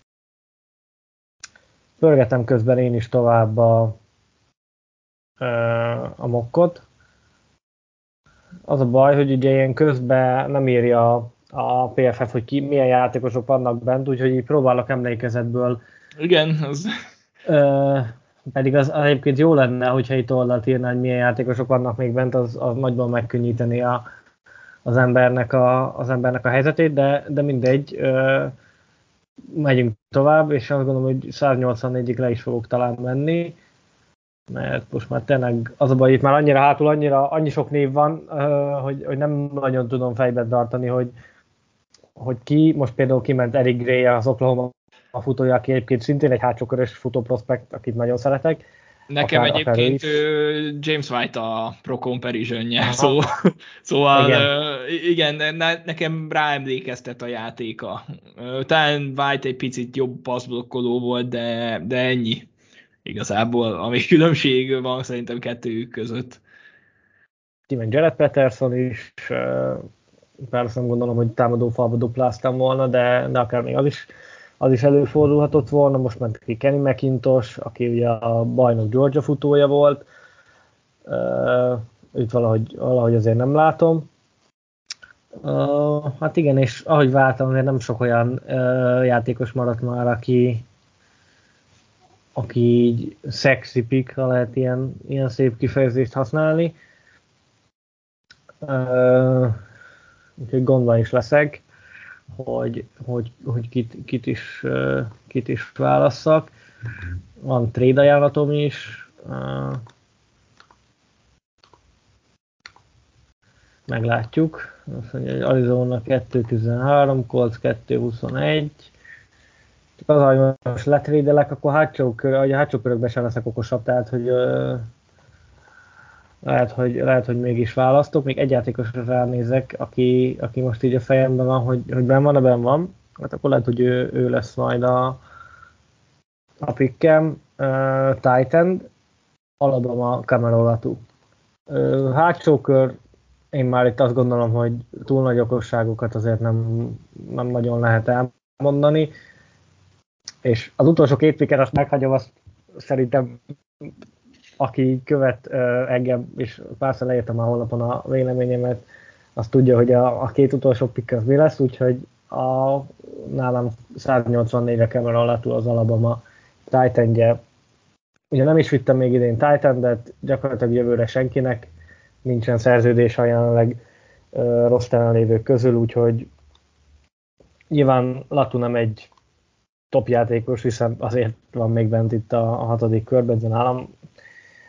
Pörgetem közben én is tovább a mockot. Az a baj, hogy ugye ilyen közben nem írja a PFF, hogy milyen játékosok vannak bent, úgyhogy így próbálok emlékezetből. Igen, az... Pedig az egyébként jó lenne, hogyha itt oldalt írná, hogy milyen játékosok vannak még bent, az nagyban megkönnyíteni az embernek a helyzetét, de mindegy, megyünk tovább, és azt gondolom, hogy 184-ig le is fogok talán menni, mert most már tényleg az a baj, itt már annyira hátul, annyi sok név van, hogy nem nagyon tudom fejbe tartani, hogy ki, most például kiment Eric Gray az Oklahoma a futója, aki egyébként szintén egy hátsókörös futó prospekt, akit nagyon szeretek. Nekem egyébként James White a Pro Comparison-je, szóval igen, nekem ráemlékeztet a játéka. Talán White egy picit jobb passzblokkoló volt, de ennyi. Igazából, ami különbség van szerintem kettőjük között. Kiment Jared Peterson is, persze nem gondolom, hogy támadó falba dupláztam volna, de akár még az is előfordulhatott volna. Most ment ki Kenny McIntosh, aki ugye a bajnok Georgia futója volt. Őt valahogy azért nem látom. Hát igen, és ahogy váltam, azért nem sok olyan játékos maradt már, aki így sexy pick, ha lehet ilyen szép kifejezést használni. Úgyhogy gondban is leszek, hogy kit is válasszak. Van trade ajánlatom is. Meglátjuk. Azt mondja, hogy Arizona 2.13, Colts 2.21. Csak az, hogy most letrédelek, akkor a hátsó körökben sem leszek okosabb, tehát hogy lehet, hogy mégis választok. Még egy játékosra ránézek, aki most így a fejemben van, hogy benn van. Hát akkor lehet, hogy ő lesz majd a pickem. Titan, Alabama Cameron Latu. Hátsó kör, én már itt azt gondolom, hogy túl nagy okosságokat azért nem nagyon lehet elmondani. És az utolsó két picket azt meghagyom, azt szerintem aki követ engem, és párszor leírtam már honlapon a véleményemet, azt tudja, hogy a két utolsó pick az mi lesz, úgyhogy nálam 184-re Cameron Latu az Alabama Titan-je. Ugye nem is vittem még idén Titan, de gyakorlatilag jövőre senkinek nincsen szerződés a jelenleg rosteren lévők közül, úgyhogy nyilván Latu nem egy top játékos, hiszen azért van még bent itt a 6. körben, de nálam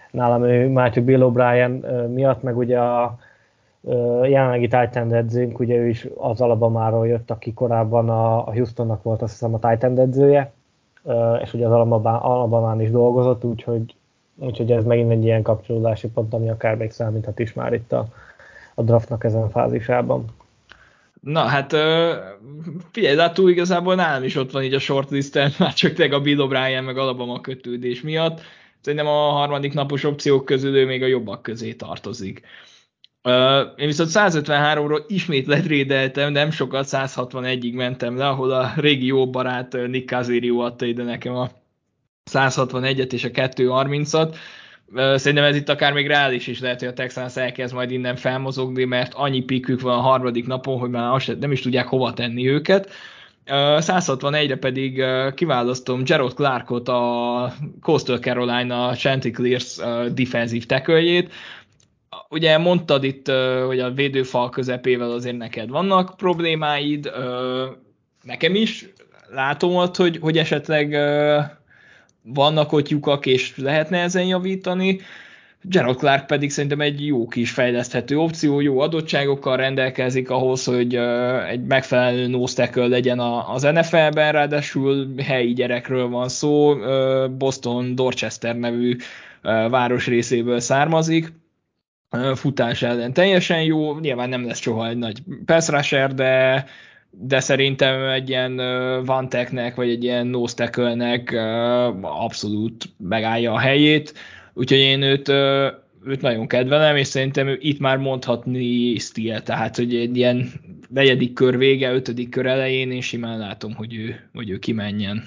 nálam ő már csak Bill O'Brien miatt, meg ugye a jelenlegi tight end edzőnk, ugye ő is az Alabamáról jött, aki korábban a Houstonnak volt azt hiszem a tight end edzője, és ugye az Alabamán is dolgozott, úgyhogy ez megint egy ilyen kapcsolódási pont, ami akár még számíthat is már itt a draftnak ezen fázisában. Na hát figyelj, de túl igazából nálam is ott van így a shortlisten, már csak a Bill O'Brien meg Alabama kötődés miatt. Szerintem a harmadik napos opciók közül ő még a jobbak közé tartozik. Én viszont 153-ról ismét letrédeltem, nem sokat, 161-ig mentem le, ahol a régi jó barát Nick Caserio adta ide nekem a 161-et és a 230-at. Szerintem ez itt akár még reális is lehet, hogy a Texans elkezd majd innen felmozogni, mert annyi pikkük van a harmadik napon, hogy már nem is tudják hova tenni őket. 161-re pedig kiválasztom Gerald Clarkot, a Coastal Carolina Chanticleers defensive tackle-jét. Ugye mondtad itt, hogy a védőfal közepével azért neked vannak problémáid, nekem is. Látom ott, hogy esetleg vannak ott lyukak, és lehetne ezen javítani. Gerald Clark pedig szerintem egy jó kis fejleszthető opció, jó adottságokkal rendelkezik ahhoz, hogy egy megfelelő nose tackle legyen az NFL-ben, ráadásul helyi gyerekről van szó, Boston Dorchester nevű városrészéből származik, futás ellen teljesen jó, nyilván nem lesz soha egy nagy pass rusher, de szerintem egy ilyen one-technek, vagy egy ilyen nose tackle-nek abszolút megállja a helyét, úgyhogy én őt nagyon kedvelem, és szerintem ő itt már mondhatni steal, tehát hogy egy ilyen 4. kör vége, 5. kör elején én simán látom, hogy ő kimenjen.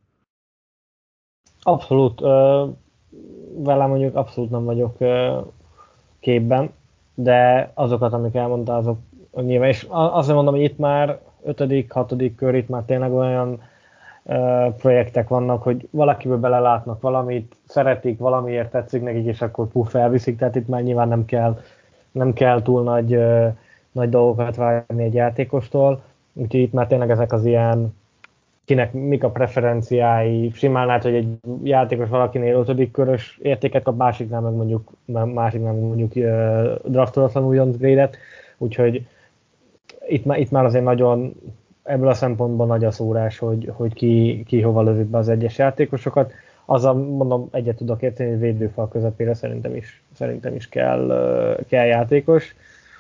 Abszolút, velem mondjuk abszolút nem vagyok képben, de azokat, amik elmondtál, azok nyilván, és azt mondom, hogy itt már 5., 6. kör, itt már tényleg olyan projektek vannak, hogy valakiből belelátnak valamit, szeretik, valamiért tetszik nekik, és akkor elviszik, tehát itt már nyilván nem kell túl nagy dolgokat várni egy játékostól, úgyhogy itt már tényleg ezek az ilyen, kinek mik a preferenciái, simán lehet, hogy egy játékos valakinél 5. körös értéket kap, másiknál meg mondjuk draftolatlan újoncgrédet, úgyhogy itt már azért nagyon ebből a szempontból nagy a szórás, hogy ki hova lövik be az egyes játékosokat. Azzal mondom, egyet tudok érteni, hogy védőfal közepére szerintem is kell játékos.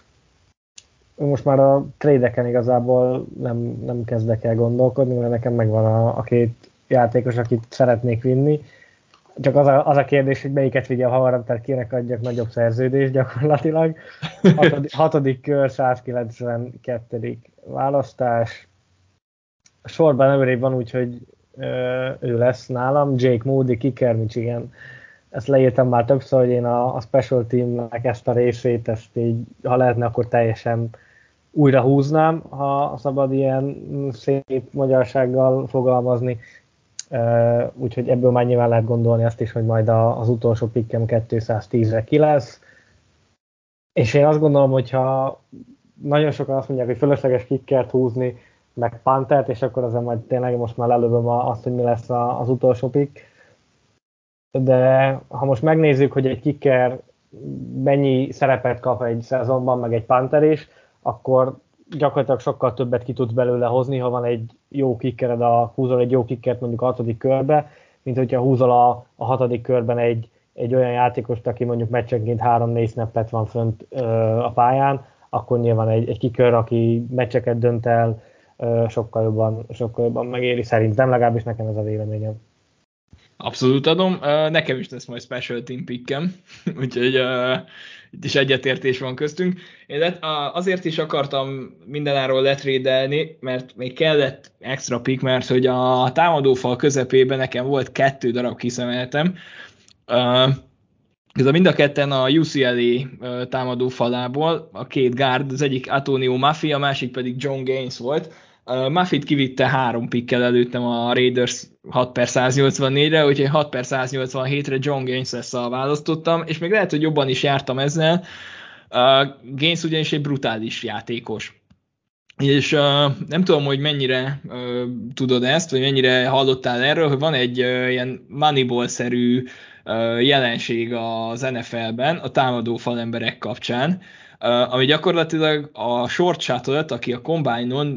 Most már a trade-eken igazából nem kezdek el gondolkodni, mert nekem megvan a 2 játékos, akit szeretnék vinni. Csak az a kérdés, hogy melyiket vigyem hamarabb, tehát kinek adjak nagyobb szerződést gyakorlatilag. 6. kör, 192. választás. A sorban előrébb van, úgyhogy ő lesz nálam. Jake Moody, kicker, Michigan. Ezt leírtam már többször, hogy én a special teamnek ezt a részét, ezt így, ha lehetne, akkor teljesen újra húznám, ha szabad ilyen szép magyarsággal fogalmazni. Úgyhogy ebből már nyilván lehet gondolni azt is, hogy majd az utolsó pikkem 210-re ki lesz. És én azt gondolom, hogyha nagyon sokan azt mondják, hogy fölösleges kickert húzni, meg puntert, és akkor azért majd tényleg most már lelövöm azt, hogy mi lesz az utolsó pick. De ha most megnézzük, hogy egy kicker mennyi szerepet kap egy szezonban, meg egy punter is, akkor gyakorlatilag sokkal többet ki tudsz belőle hozni, ha van egy jó kickered, húzol egy jó kickert mondjuk a 6. körbe, mint hogyha húzol a 6. körben egy olyan játékost, aki mondjuk meccsenként 3-4 snappet van fönt a pályán, akkor nyilván egy kicker, aki meccseket dönt el, sokkal jobban megéri szerintem, legalábbis nekem ez a véleményem. Abszolút adom. Nekem is lesz majd special team pickem, úgyhogy itt is egyetértés van köztünk. Én azért is akartam mindenáról letrédelni, mert még kellett extra pick, mert hogy a támadófal közepében nekem volt 2 darab kiszemeltem. Ez mind a ketten a UCLA támadófalából, a 2 guard, az egyik Antonio Maffey, a másik pedig John Gaines volt. Maffey-t kivitte 3 pickkel előttem a Raiders 6/184-re, úgyhogy 6/187-re John Gaines-el választottam, és még lehet, hogy jobban is jártam ezzel. Gaines ugyanis egy brutális játékos. És nem tudom, hogy mennyire tudod ezt, vagy mennyire hallottál erről, hogy van egy ilyen Moneyball-szerű jelenség az NFL-ben a támadó falemberek kapcsán, ami gyakorlatilag a short shuttle-t, aki a combine-on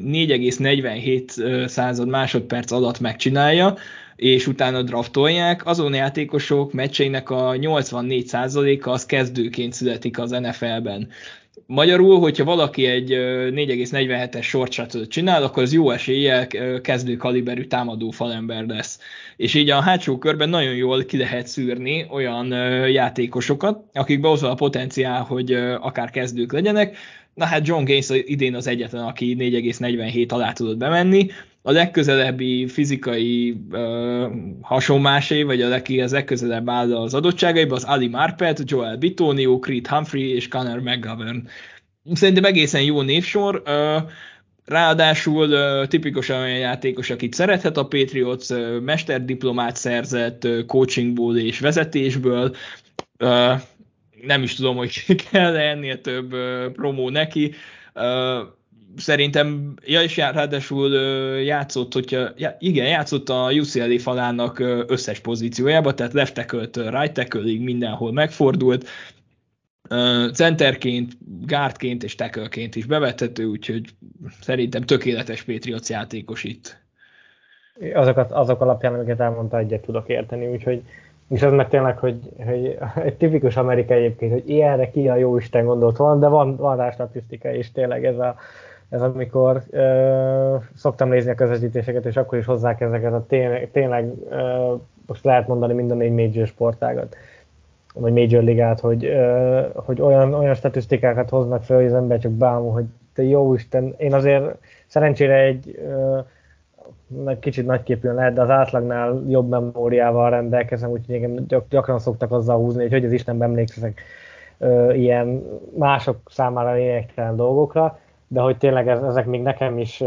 4,47 másodperc alatt megcsinálja, és utána draftolják, azon játékosok meccseinek a 84%-a az kezdőként születik az NFL-ben. Magyarul, hogyha valaki egy 4,47-es short shuttle csinál, akkor az jó eséllyel kezdő kaliberű támadó falember lesz. És így a hátsó körben nagyon jól ki lehet szűrni olyan játékosokat, akikben az a potenciál, hogy akár kezdők legyenek. Na hát John Gaines idén az egyetlen, aki 4,47 alá tudott bemenni. A legközelebbi fizikai hasonmásé, vagy aki az legközelebb áll az adottságaiba, az Ali Marpet, Joel Bitonio, Creed Humphrey és Connor McGovern. Szerintem egészen jó névsor, ráadásul tipikusan olyan játékos, akit szerethet a Patriots, mesterdiplomát szerzett coachingból és vezetésből, nem is tudom, hogy kell ennél több promó neki. Szerintem, és ráadásul játszott a UCLA falának összes pozíciójába, tehát left tackle-től right tackle-ig mindenhol megfordult, centerként, guardként és tackleként is bevethető, úgyhogy szerintem tökéletes Patriots játékos itt. Azok alapján, amiket elmondta, egyet tudok érteni, úgyhogy és ez meg tényleg, hogy egy tipikus Amerika egyébként, hogy ilyenre ki a jóisten gondolt volna, de van rá statisztika, és tényleg ez amikor szoktam nézni a közvetítéseket, és akkor is hozzák ezeket a tényleg most lehet mondani mind a 4 major sportágat, vagy major ligát, hogy olyan statisztikákat hoznak fel, hogy az ember csak bámul, hogy te jóisten, én azért szerencsére egy kicsit nagyképűen lehet, de az átlagnál jobb memóriával rendelkezem, úgyhogy engem gyakran szoktak azzal húzni, hogy az Istenben emlékszek ilyen mások számára lényegtelen dolgokra, de hogy tényleg ezek még nekem is,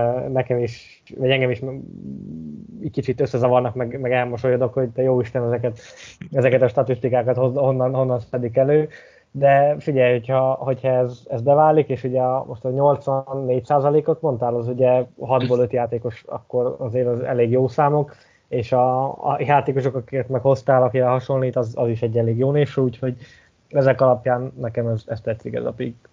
vagy engem is egy kicsit összezavarnak, meg elmosolyodok, hogy te jó Isten, ezeket a statisztikákat honnan szedik elő. De figyelj, hogyha ez beválik, és ugye most a 84%-ot mondtál, az ugye 6-ból 5 játékos, akkor azért az elég jó számok, és a játékosok, akiket meg hoztál, akire hasonlít, az is egy elég jó névsor, úgyhogy ezek alapján nekem ez tetszik, ez a pick.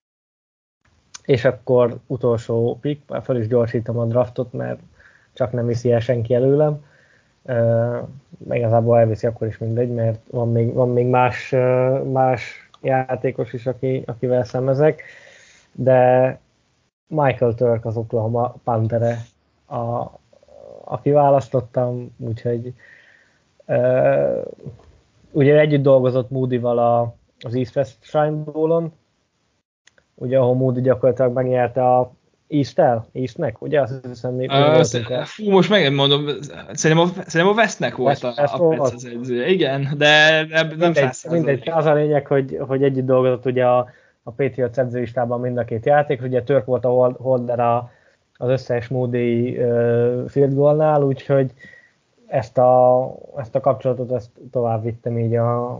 És akkor utolsó pick, már fel is gyorsítom a draftot, mert csak nem viszi el senki előlem. Igazából elviszi, akkor is mindegy, mert van még más játékos is, akivel szemezek, de Michael Turk az Oklahoma Pantere, aki választottam, úgyhogy ugye együtt dolgozott Moody-val az East West Shrine Bowl-on, ugye ahol Moody gyakorlatilag megnyerte a Eastnek, ugye? Azt hiszem, mi fú, most meg nem mondom, szerintem a Westnek volt a Pets edzője. Igen, de nem 100%. Mindegy, az a lényeg, hogy együtt dolgozott ugye a Patriots edzőistában mind a két játék, ugye Turk volt a holder az összes Moody field goalnál, úgyhogy ezt a kapcsolatot tovább vittem így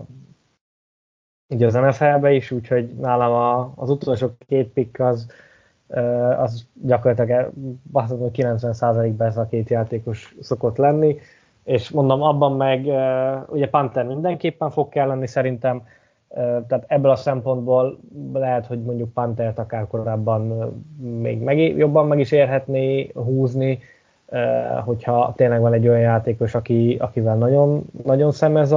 az NFL-be is, úgyhogy nálam az utolsó 2 pick az gyakorlatilag 90%-ban ez a 2 játékos szokott lenni, és mondom, abban meg ugye Panther mindenképpen fog kell lenni szerintem, tehát ebből a szempontból lehet, hogy mondjuk Panthert akár korábban még jobban meg is érhetné húzni, hogyha tényleg van egy olyan játékos, akivel nagyon, nagyon szemez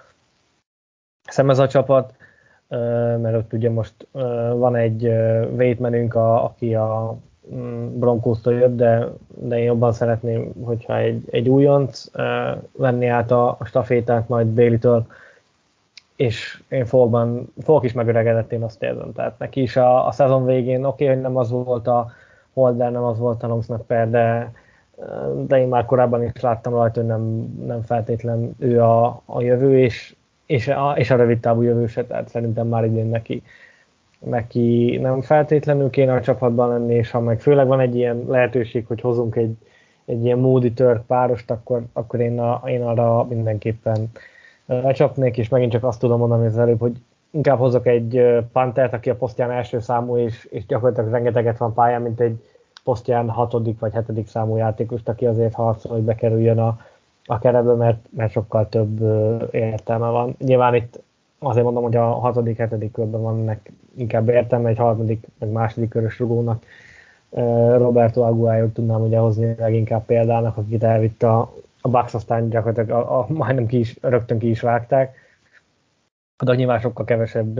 a csapat, mert ott ugye most van egy vétmenünk, aki a Broncos-tól jött, de én jobban szeretném, hogyha egy újonc venni át a stafétát majd Bailey-től, és én fogok is megöregedett, én azt érzem. Tehát neki is a szezon végén hogy nem az volt a holder, nem az volt a long snapper, de én már korábban is láttam rajta, hogy nem feltétlen ő a jövő, és a rövid távú jövő se, tehát szerintem már idén neki nem feltétlenül kéne a csapatban lenni, és ha meg főleg van egy ilyen lehetőség, hogy hozunk egy ilyen Moody Turk párost, akkor én arra mindenképpen lecsapnék, és megint csak azt tudom mondani az előbb, hogy inkább hozok egy Pantert, aki a posztján első számú, és gyakorlatilag rengeteget van pályán, mint egy posztján 6. vagy 7. számú játékost, aki azért harcol, hogy bekerüljön a keretbe, mert sokkal több értelme van. Nyilván itt azért mondom, hogy a 6.-7. körben van ennek inkább értelme, egy 3. meg 2. körös rugónak. Roberto Aguayot tudnám ugye hozni leginkább példának, akit elvitt a Bucks, aztán gyakorlatilag majdnem rögtön ki is vágták. De nyilván sokkal kevesebb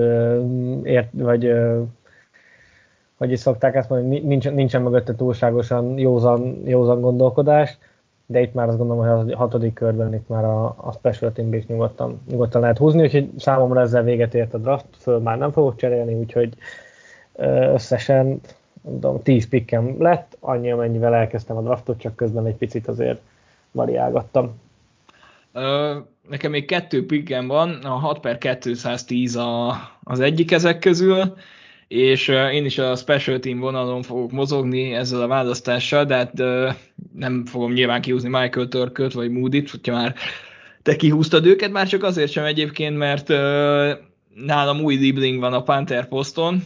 hogy is szokták ezt mondani, nincsen mögötte túlságosan józan gondolkodás, de itt már azt gondolom, hogy a 6. körben itt már a special teambe is nyugodtan lehet húzni, úgyhogy számomra ezzel véget ért a draft, föl már nem fogok cserélni, úgyhogy összesen 10 pickem lett, annyi amennyivel elkezdtem a draftot, csak közben egy picit azért variálgattam. Nekem még 2 pickem van, a 6/210 az egyik ezek közül, és én is a special team vonalon fogok mozogni ezzel a választással, de hát nem fogom nyilván kihúzni Michael Turköt vagy Moody-t, hogyha már te kihúztad őket, már csak azért sem egyébként, mert nálam új Liebling van a Panther poszton.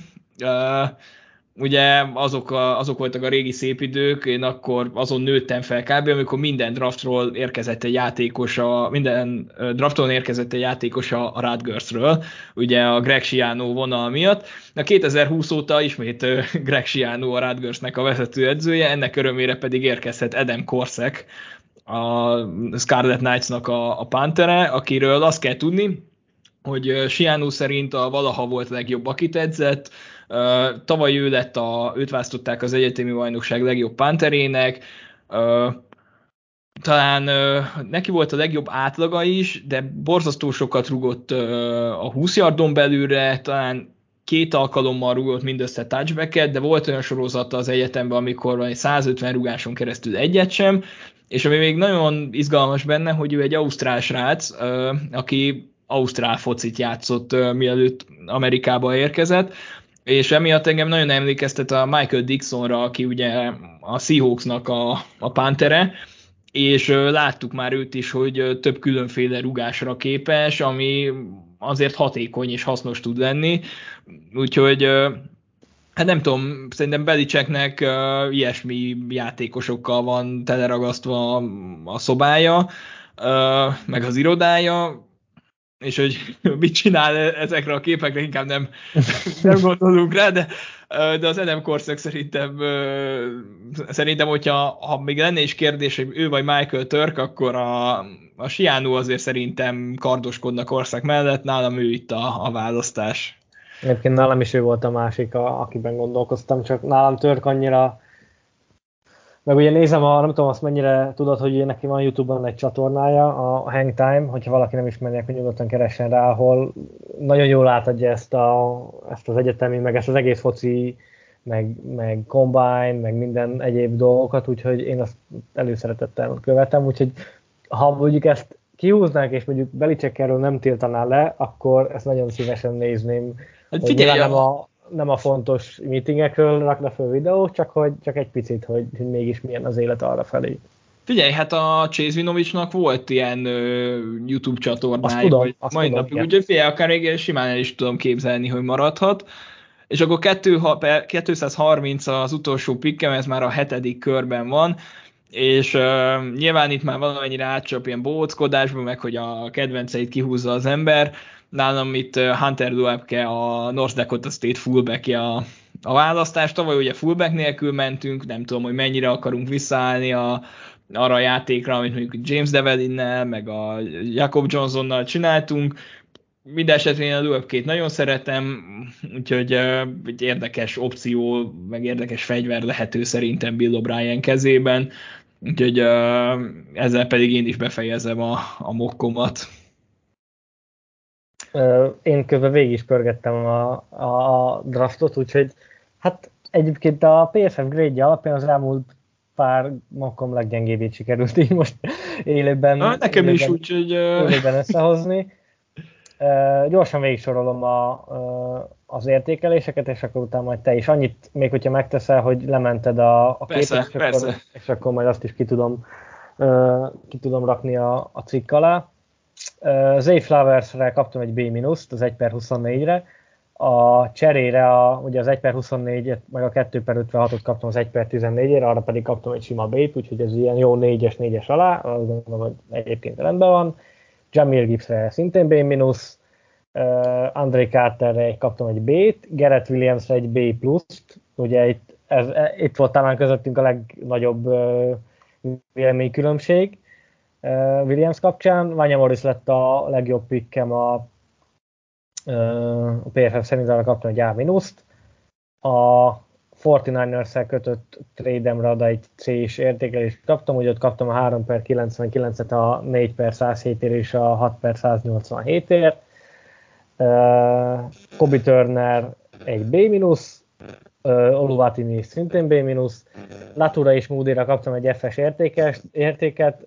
Ugye azok voltak a régi szép idők, én akkor azon nőttem fel kb., amikor minden drafton érkezett egy játékos a Rutgersről, ugye a Greg Schiano vonal miatt. A 2020 óta ismét Greg Schiano a Rutgersnek a vezetőedzője, ennek örömére pedig érkezhet Adam Korszek, a Scarlet Knights-nak a Pantere, akiről azt kell tudni, hogy Schiano szerint a valaha volt legjobb, akit edzett. Tavaly őt választották az egyetemi bajnokság legjobb panterének. Talán neki volt a legjobb átlaga is, de borzasztó sokat rugott a 20 yardon belülre, talán 2 alkalommal rugott mindössze touchbacket, de volt olyan sorozata az egyetemben, amikor van egy 150 rugáson keresztül egyet sem, és ami még nagyon izgalmas benne, hogy ő egy ausztrál srác, aki ausztrál focit játszott, mielőtt Amerikába érkezett, és emiatt engem nagyon emlékeztet a Michael Dixonra, aki ugye a Seahawksnak a pantere, és láttuk már őt is, hogy több különféle rugásra képes, ami azért hatékony és hasznos tud lenni, úgyhogy hát nem tudom, szerintem Belichicknek ilyesmi játékosokkal van teleragasztva a szobája, meg az irodája, és hogy mit csinál ezekre a képekre, inkább nem gondolunk rá, de az Adam Korszak szerintem, hogyha még lenne is kérdés, hogy ő vagy Michael Turk, akkor a Schiano azért szerintem kardoskodna Korszak mellett, nálam ő itt a választás. Egyébként nálam is ő volt a másik, akiben gondolkoztam, csak nálam Turk annyira. Meg ugye nézem, nem tudom azt mennyire tudod, hogy neki van YouTube-on egy csatornája, a Hang Time, hogyha valaki nem ismeri, akkor nyugodtan keressen rá, ahol nagyon jól átadja ezt az egyetemi, meg ezt az egész foci, meg combine, meg minden egyéb dolgokat, úgyhogy én azt előszeretettel követem, úgyhogy ha mondjuk ezt kihúznánk, és mondjuk Belichick erről nem tiltaná le, akkor ezt nagyon szívesen nézném. Hát figyelj, nem a fontos meetingekről rakna föl videót, csak egy picit, hogy mégis milyen az élet arra felé. Figyelj, hát a Chase Winovicnak volt ilyen YouTube csatornája, hogy mai napig, úgyhogy figyelj, akár még simán el is tudom képzelni, hogy maradhat. És akkor 230 az utolsó pikkem, ez már a 7. körben van, és nyilván itt már valamennyire átcsap ilyen bóckodásba, meg hogy a kedvenceit kihúzza az ember. Nálam itt Hunter Luepke, a North Dakota State fullbackje a választás. Tavaly ugye fullback nélkül mentünk, nem tudom, hogy mennyire akarunk visszaállni arra a játékra, amit mondjuk James Develinnel, meg a Jacob Johnsonnal csináltunk. Minden esetre én a Luepkét nagyon szeretem, úgyhogy egy érdekes opció, meg érdekes fegyver lehető szerintem Bill O'Brien kezében, úgyhogy ezzel pedig én is befejezem a mokkomat. Én közben végig is pörgettem a draftot, úgyhogy hát egyébként a PFF grade alapján az elmúlt pár mokkom leggyengébbét sikerült így most élőben. Nekem is, úgyhogy élőben összehozni. Gyorsan végig sorolom az értékeléseket, és akkor utána majd te is. Annyit még, hogyha megteszel, hogy lemented a képet, és akkor majd azt is ki tudom rakni a cikk alá. Zay Flowersre kaptam egy B-, az 1/24-re. A cserére ugye az 1/24-et, meg a 2/56-ot kaptam az 1/14-ére, arra pedig kaptam egy sima B-t, úgyhogy ez ilyen jó 4-es alá, azt gondolom, hogy egyébként rendben van. Jahmyr Gibbsre szintén B-, Andre Carterre kaptam egy B-t, Garrett Williamsre egy B+, ugye itt volt talán közöttünk a legnagyobb véleménykülönbség Williams kapcsán. Vanya Morris lett a legjobb pickem a PFF szerint, arra kaptam egy A-. A 49ers-szel kötött trade-emre oda egy C-s értékelést kaptam, úgy ott kaptam a 3/99-et, a 4/107-ért és a 6/187-ért. Kobe Turner egy B-, Oluwatimi szintén B-, Latura és Moody-ra kaptam egy F-es értéket,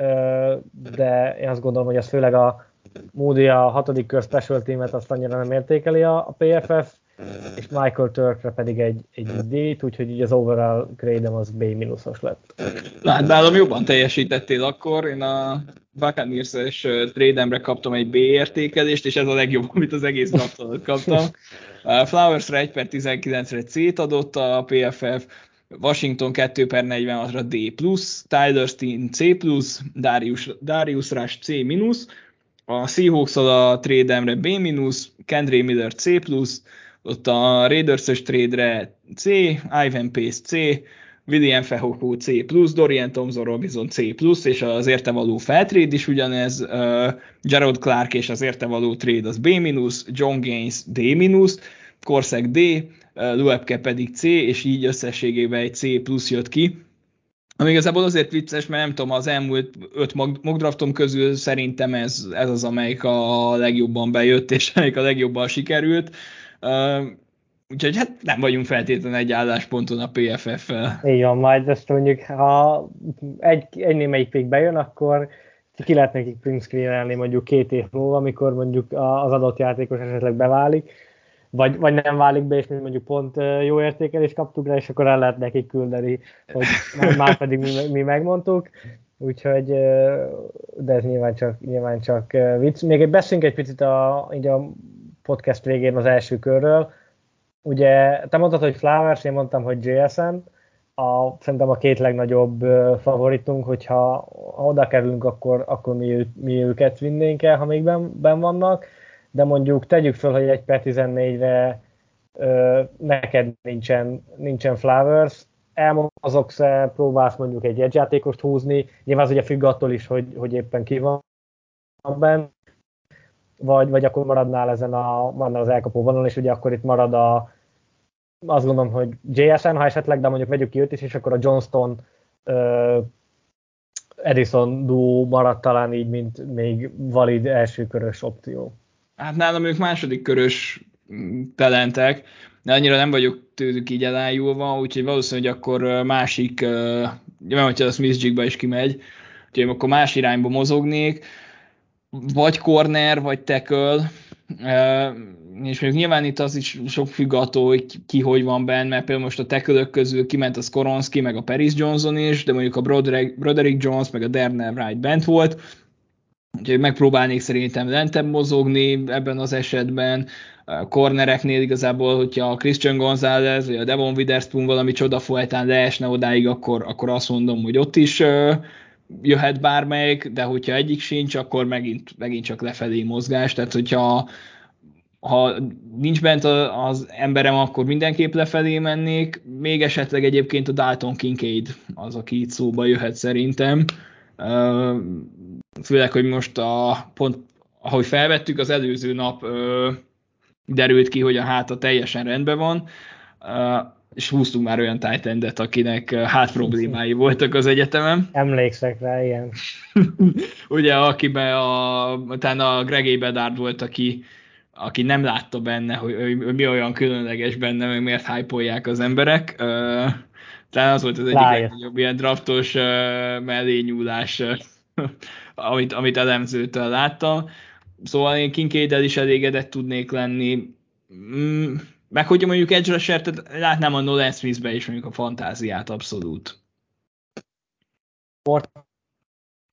de én azt gondolom, hogy az főleg a Moody a 6. kör special teamet azt annyira nem értékeli a PFF, és Michael Turkre pedig egy D-t, úgyhogy így az overall grade-em az B-os lett. Hát nálam jobban teljesítettél akkor, én a Buccaneers-es trade-emre kaptam egy B értékelést, és ez a legjobb, amit az egész draft alatt kaptam. Flowersre 1/19-re C-t adott a PFF, Washington 2/46-ra D+, Tyler Steen C+, Darius Rush C-, a Seahawks-al a trade-emre B-, Kendre Miller C+, ott a Raiders-es trade-re C, Ivan Pace C, William Fehoko C+, Dorian Thompson Robinson C+, és az érte való feltrade is ugyanez, Gerald Clark és az érte való trade az B-, John Gaines D-, Corsack D, Luepke pedig C, és így összességében egy C+ jött ki. Ami igazából azért vicces, mert nem tudom, az elmúlt 5 mockdraftom közül szerintem ez az, amelyik a legjobban bejött, és amelyik a legjobban sikerült. Úgyhogy hát nem vagyunk feltétlenül egy állásponton a PFF-fel. Így van, majd ezt mondjuk, ha egy némelyik pick bejön, akkor ki lehet nekik print screenelni mondjuk 2 év múlva, amikor mondjuk az adott játékos esetleg beválik, vagy nem válik be, és mondjuk pont jó értékelést kaptuk rá, és akkor el lehet nekik küldeni, hogy már pedig mi megmondtuk. Úgyhogy, de ez nyilván csak vicc. Még beszéljünk egy picit így a podcast végén az első körről. Ugye te mondtad, hogy Flowers, én mondtam, hogy JSN. Szerintem a 2 legnagyobb favoritunk, hogyha oda kerülünk, akkor mi őket vinnénk el, ha még benn vannak. De mondjuk tegyük föl, hogy 1/14-re neked nincsen Flowers, elmozogsz-e, próbálsz mondjuk egy edge-játékost húzni, nyilván az ugye függ attól is, hogy éppen ki van benn, vagy akkor maradnál maradnál az elkapó vonalon, és ugye akkor itt marad azt gondolom, hogy JSN, ha esetleg, de mondjuk vegyük ki őt is, és akkor a Johnston Edison duo marad talán így, mint még valid elsőkörös opció. Hát nálam ők második körös talentek, de annyira nem vagyok tőlük így elájulva, úgyhogy valószínűleg akkor másik, nem, hogyha a Smith Jigba is kimegy, úgyhogy akkor más irányba mozognék, vagy corner, vagy tackle, és még nyilván itt az is sok függ attól, hogy ki hogy van benne, mert például most a tackle-ök közül kiment a Skoronski, meg a Paris Johnson is, de mondjuk a Broderick Jones, meg a Darnell Wright bent volt, úgyhogy megpróbálnék szerintem lentebb mozogni ebben az esetben. A cornereknél igazából, hogyha a Christian Gonzalez vagy a Devon Witherspoon valami csoda folytán leesne odáig, akkor azt mondom, hogy ott is jöhet bármelyik, de hogyha egyik sincs, akkor megint csak lefelé mozgás. Tehát, hogyha nincs bent az emberem, akkor mindenképp lefelé mennék. Még esetleg egyébként a Dalton Kincaid az, aki itt szóba jöhet szerintem. Főleg, hogy most pont ahogy felvettük, az előző nap derült ki, hogy a háta teljesen rendben van, és húztunk már olyan tight endet, akinek hát problémái voltak az egyetemen. Emlékszek rá, ilyen. Ugye, akiben utána a Greg Bedard volt, aki nem látta benne, hogy mi olyan különleges benne, meg miért hype-olják az emberek. Talán az volt az egyik legnagyobb ilyen draftos mellényúlás, amit elemzőtől láttam. Szóval én Kincaiddel is elégedett tudnék lenni. Meg hogyha mondjuk edge rushert, látnám a Nolan Smith-be is mondjuk a fantáziát abszolút.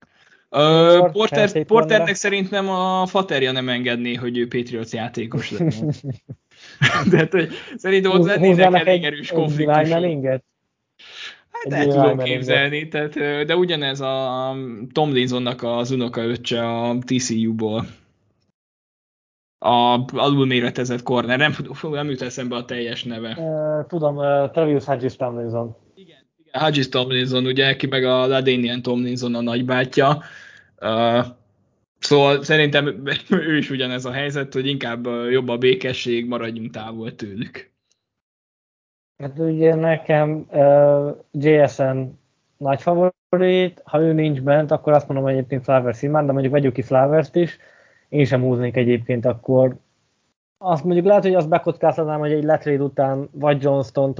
Porternek szerintem a faterja nem engedné, hogy ő Patriots játékos legyen. Tehát, hogy szerintem ott lennének elég erős konfliktusok. Hát el tudom képzelni, tehát, de ugyanez a Tomlinsonnak az unokaöccse a TCU-ból. A alulméretezett corner, nem jut eszembe a teljes neve. Tudom, Travis Hodges Tomlinson. Igen, Hodges Tomlinson, ugye, ki meg a LaDainian Tomlinson a nagybátyja. Szóval szerintem ő is ugyanez a helyzet, hogy inkább jobb a békesség, maradjunk távol tőlük. Hát ugye nekem JSN nagy favorit, ha ő nincs bent, akkor azt mondom, hogy egyébként Flowers imán, de mondjuk vegyük ki Flowers-t is, én sem húznék egyébként akkor. Azt mondjuk lehet, hogy azt bekockáztatnám, hogy egy letrade után vagy Johnstont,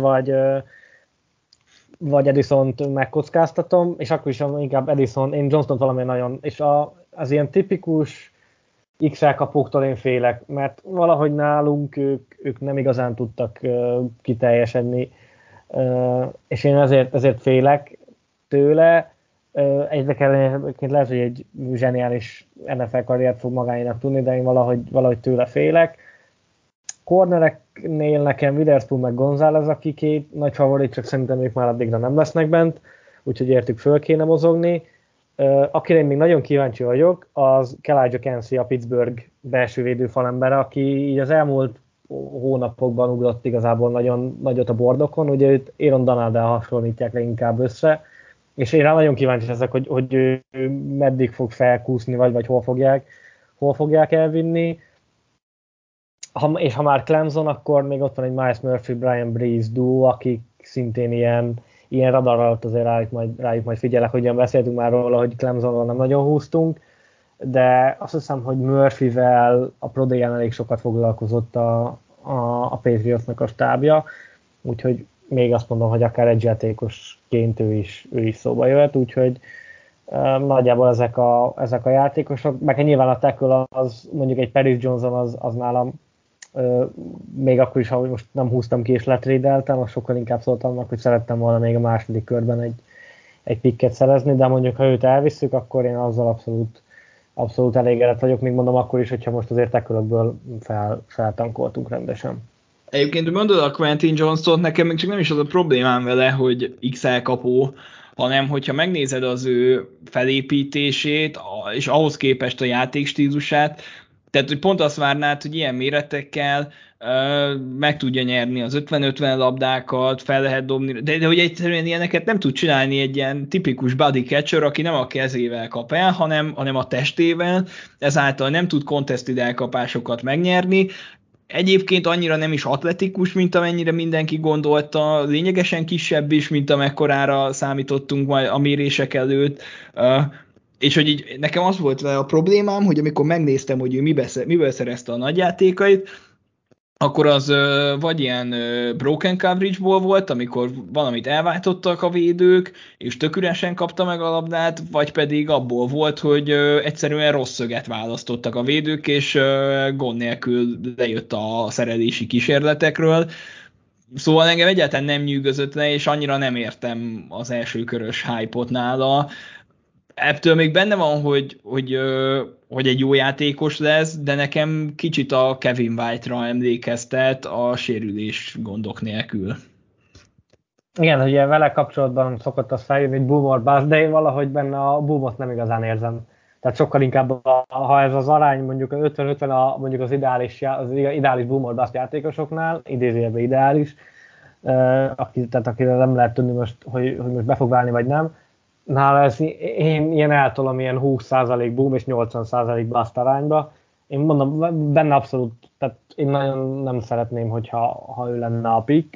vagy Edisont megkockáztatom, és akkor is inkább Edison, én Johnstont valami nagyon, és az ilyen tipikus XL kapóktól én félek, mert valahogy nálunk ők nem igazán tudtak kiteljesedni, és én ezért félek tőle. Egyre ellenként lehet, hogy egy zseniális NFL karriert fog magáénak tudni, de én valahogy tőle félek. Cornereknél nekem Witherspoon meg González, aki két nagy favorit, csak szerintem ők már addigra nem lesznek bent, úgyhogy értük föl kéne mozogni. Akire én még nagyon kíváncsi vagyok, az Elijah Cansey, a Pittsburgh belső védőfalember, aki így az elmúlt hónapokban ugrott igazából nagyon nagyot a bordokon, ugye őt Aaron Donalddal hasonlítják leginkább össze, és én rá nagyon kíváncsi leszek, hogy ő meddig fog felkúszni, vagy hol fogják elvinni. És ha már Clemson, akkor még ott van egy Miles Murphy, Brian Breeze duo, akik szintén ilyen radar alatt azért rájuk majd figyelek, hogy ugyan beszéltünk már róla, hogy Clemsonról nem nagyon húztunk, de azt hiszem, hogy Murphyvel a Pro Day-en elég sokat foglalkozott a Patriotsnak a stábja, úgyhogy még azt mondom, hogy akár egy játékosként ő is szóba jöhet, úgyhogy nagyjából ezek a játékosok, meg nyilván a tackle az, mondjuk egy Paris Johnson az nálam, még akkor is, ha most nem húztam ki és letrédeltem, az sokkal inkább szólt annak, hogy szerettem volna még a második körben egy picket szerezni, de mondjuk ha őt elvisszük, akkor én azzal abszolút elégedett vagyok, még mondom akkor is, hogyha most azért tackle-ökből feltankoltunk rendesen. Egyébként mondod a Quentin Johnston, nekem még csak nem is az a problémám vele, hogy XL kapó, hanem hogyha megnézed az ő felépítését, és ahhoz képest a játékstílusát, tehát hogy pont azt várnád, hogy ilyen méretekkel meg tudja nyerni az 50-50 labdákat, fel lehet dobni, de hogy egyszerűen ilyeneket nem tud csinálni egy ilyen tipikus body catcher, aki nem a kezével kap el, hanem a testével, ezáltal nem tud contested elkapásokat megnyerni. Egyébként annyira nem is atletikus, mint amennyire mindenki gondolta, lényegesen kisebb is, mint amekkorára számítottunk majd a mérések előtt, és hogy így nekem az volt vele a problémám, hogy amikor megnéztem, hogy ő miből szerezte a nagyjátékait, akkor az vagy ilyen broken coverage-ból volt, amikor valamit elváltottak a védők, és tök üresen kapta meg a labdát, vagy pedig abból volt, hogy egyszerűen rossz szöget választottak a védők, és gond nélkül lejött a szerelési kísérletekről. Szóval engem egyáltalán nem nyűgözött le, és annyira nem értem az első körös hype-ot nála. Ebből még benne van, hogy egy jó játékos lesz, de nekem kicsit a Kevin White-ra emlékeztet a sérülés gondok nélkül. Igen, ugye vele kapcsolatban szokott az feljönni, hogy boom or bust, de én valahogy benne a boomot nem igazán érzem. Tehát sokkal inkább, ha ez az arány mondjuk 50-50 mondjuk az ideális boom or bust játékosoknál, idézőjelben ideális, tehát akire nem lehet tudni most, hogy most be fog válni vagy nem, nála én ilyen eltolom ilyen 20% boom és 80% bust arányba. Én mondom, benne abszolút, tehát én nagyon nem szeretném, ha ő lenne a pick.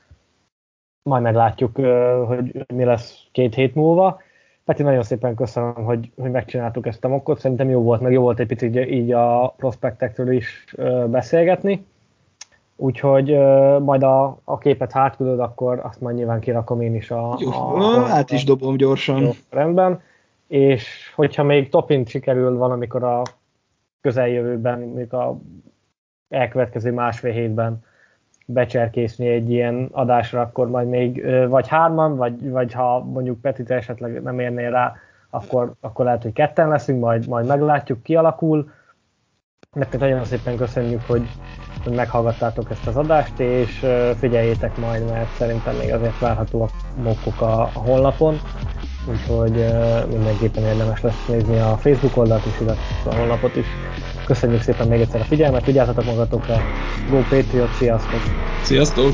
Majd meglátjuk, hogy mi lesz 2 hét múlva. Peti, nagyon szépen köszönöm, hogy megcsináltuk ezt a mockot. Szerintem jó volt egy picit így a prospektekről is beszélgetni. Úgyhogy majd a képet hátküldöd, akkor azt majd nyilván kirakom én is át is dobom gyorsan. Jó, rendben. És hogyha még topint sikerül valamikor a közeljövőben, még a elkövetkező másfél hétben becserkészni egy ilyen adásra, akkor majd még vagy hárman, vagy ha mondjuk Petit esetleg nem érnél rá, akkor lehet, hogy ketten leszünk, majd meglátjuk, kialakul. Nektek nagyon szépen köszönjük, hogy meghallgattátok ezt az adást, és figyeljétek majd, mert szerintem még azért várhatóak mokkok a honlapon, úgyhogy mindenképpen érdemes lesz nézni a Facebook oldalt is, illetve a honlapot is. Köszönjük szépen még egyszer a figyelmet, vigyázzatok magatokra, Go Patriot, sziasztok! Sziasztok!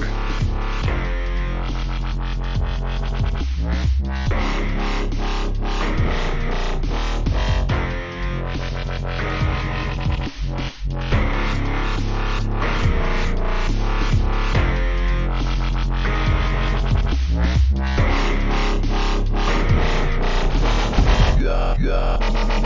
Yeah.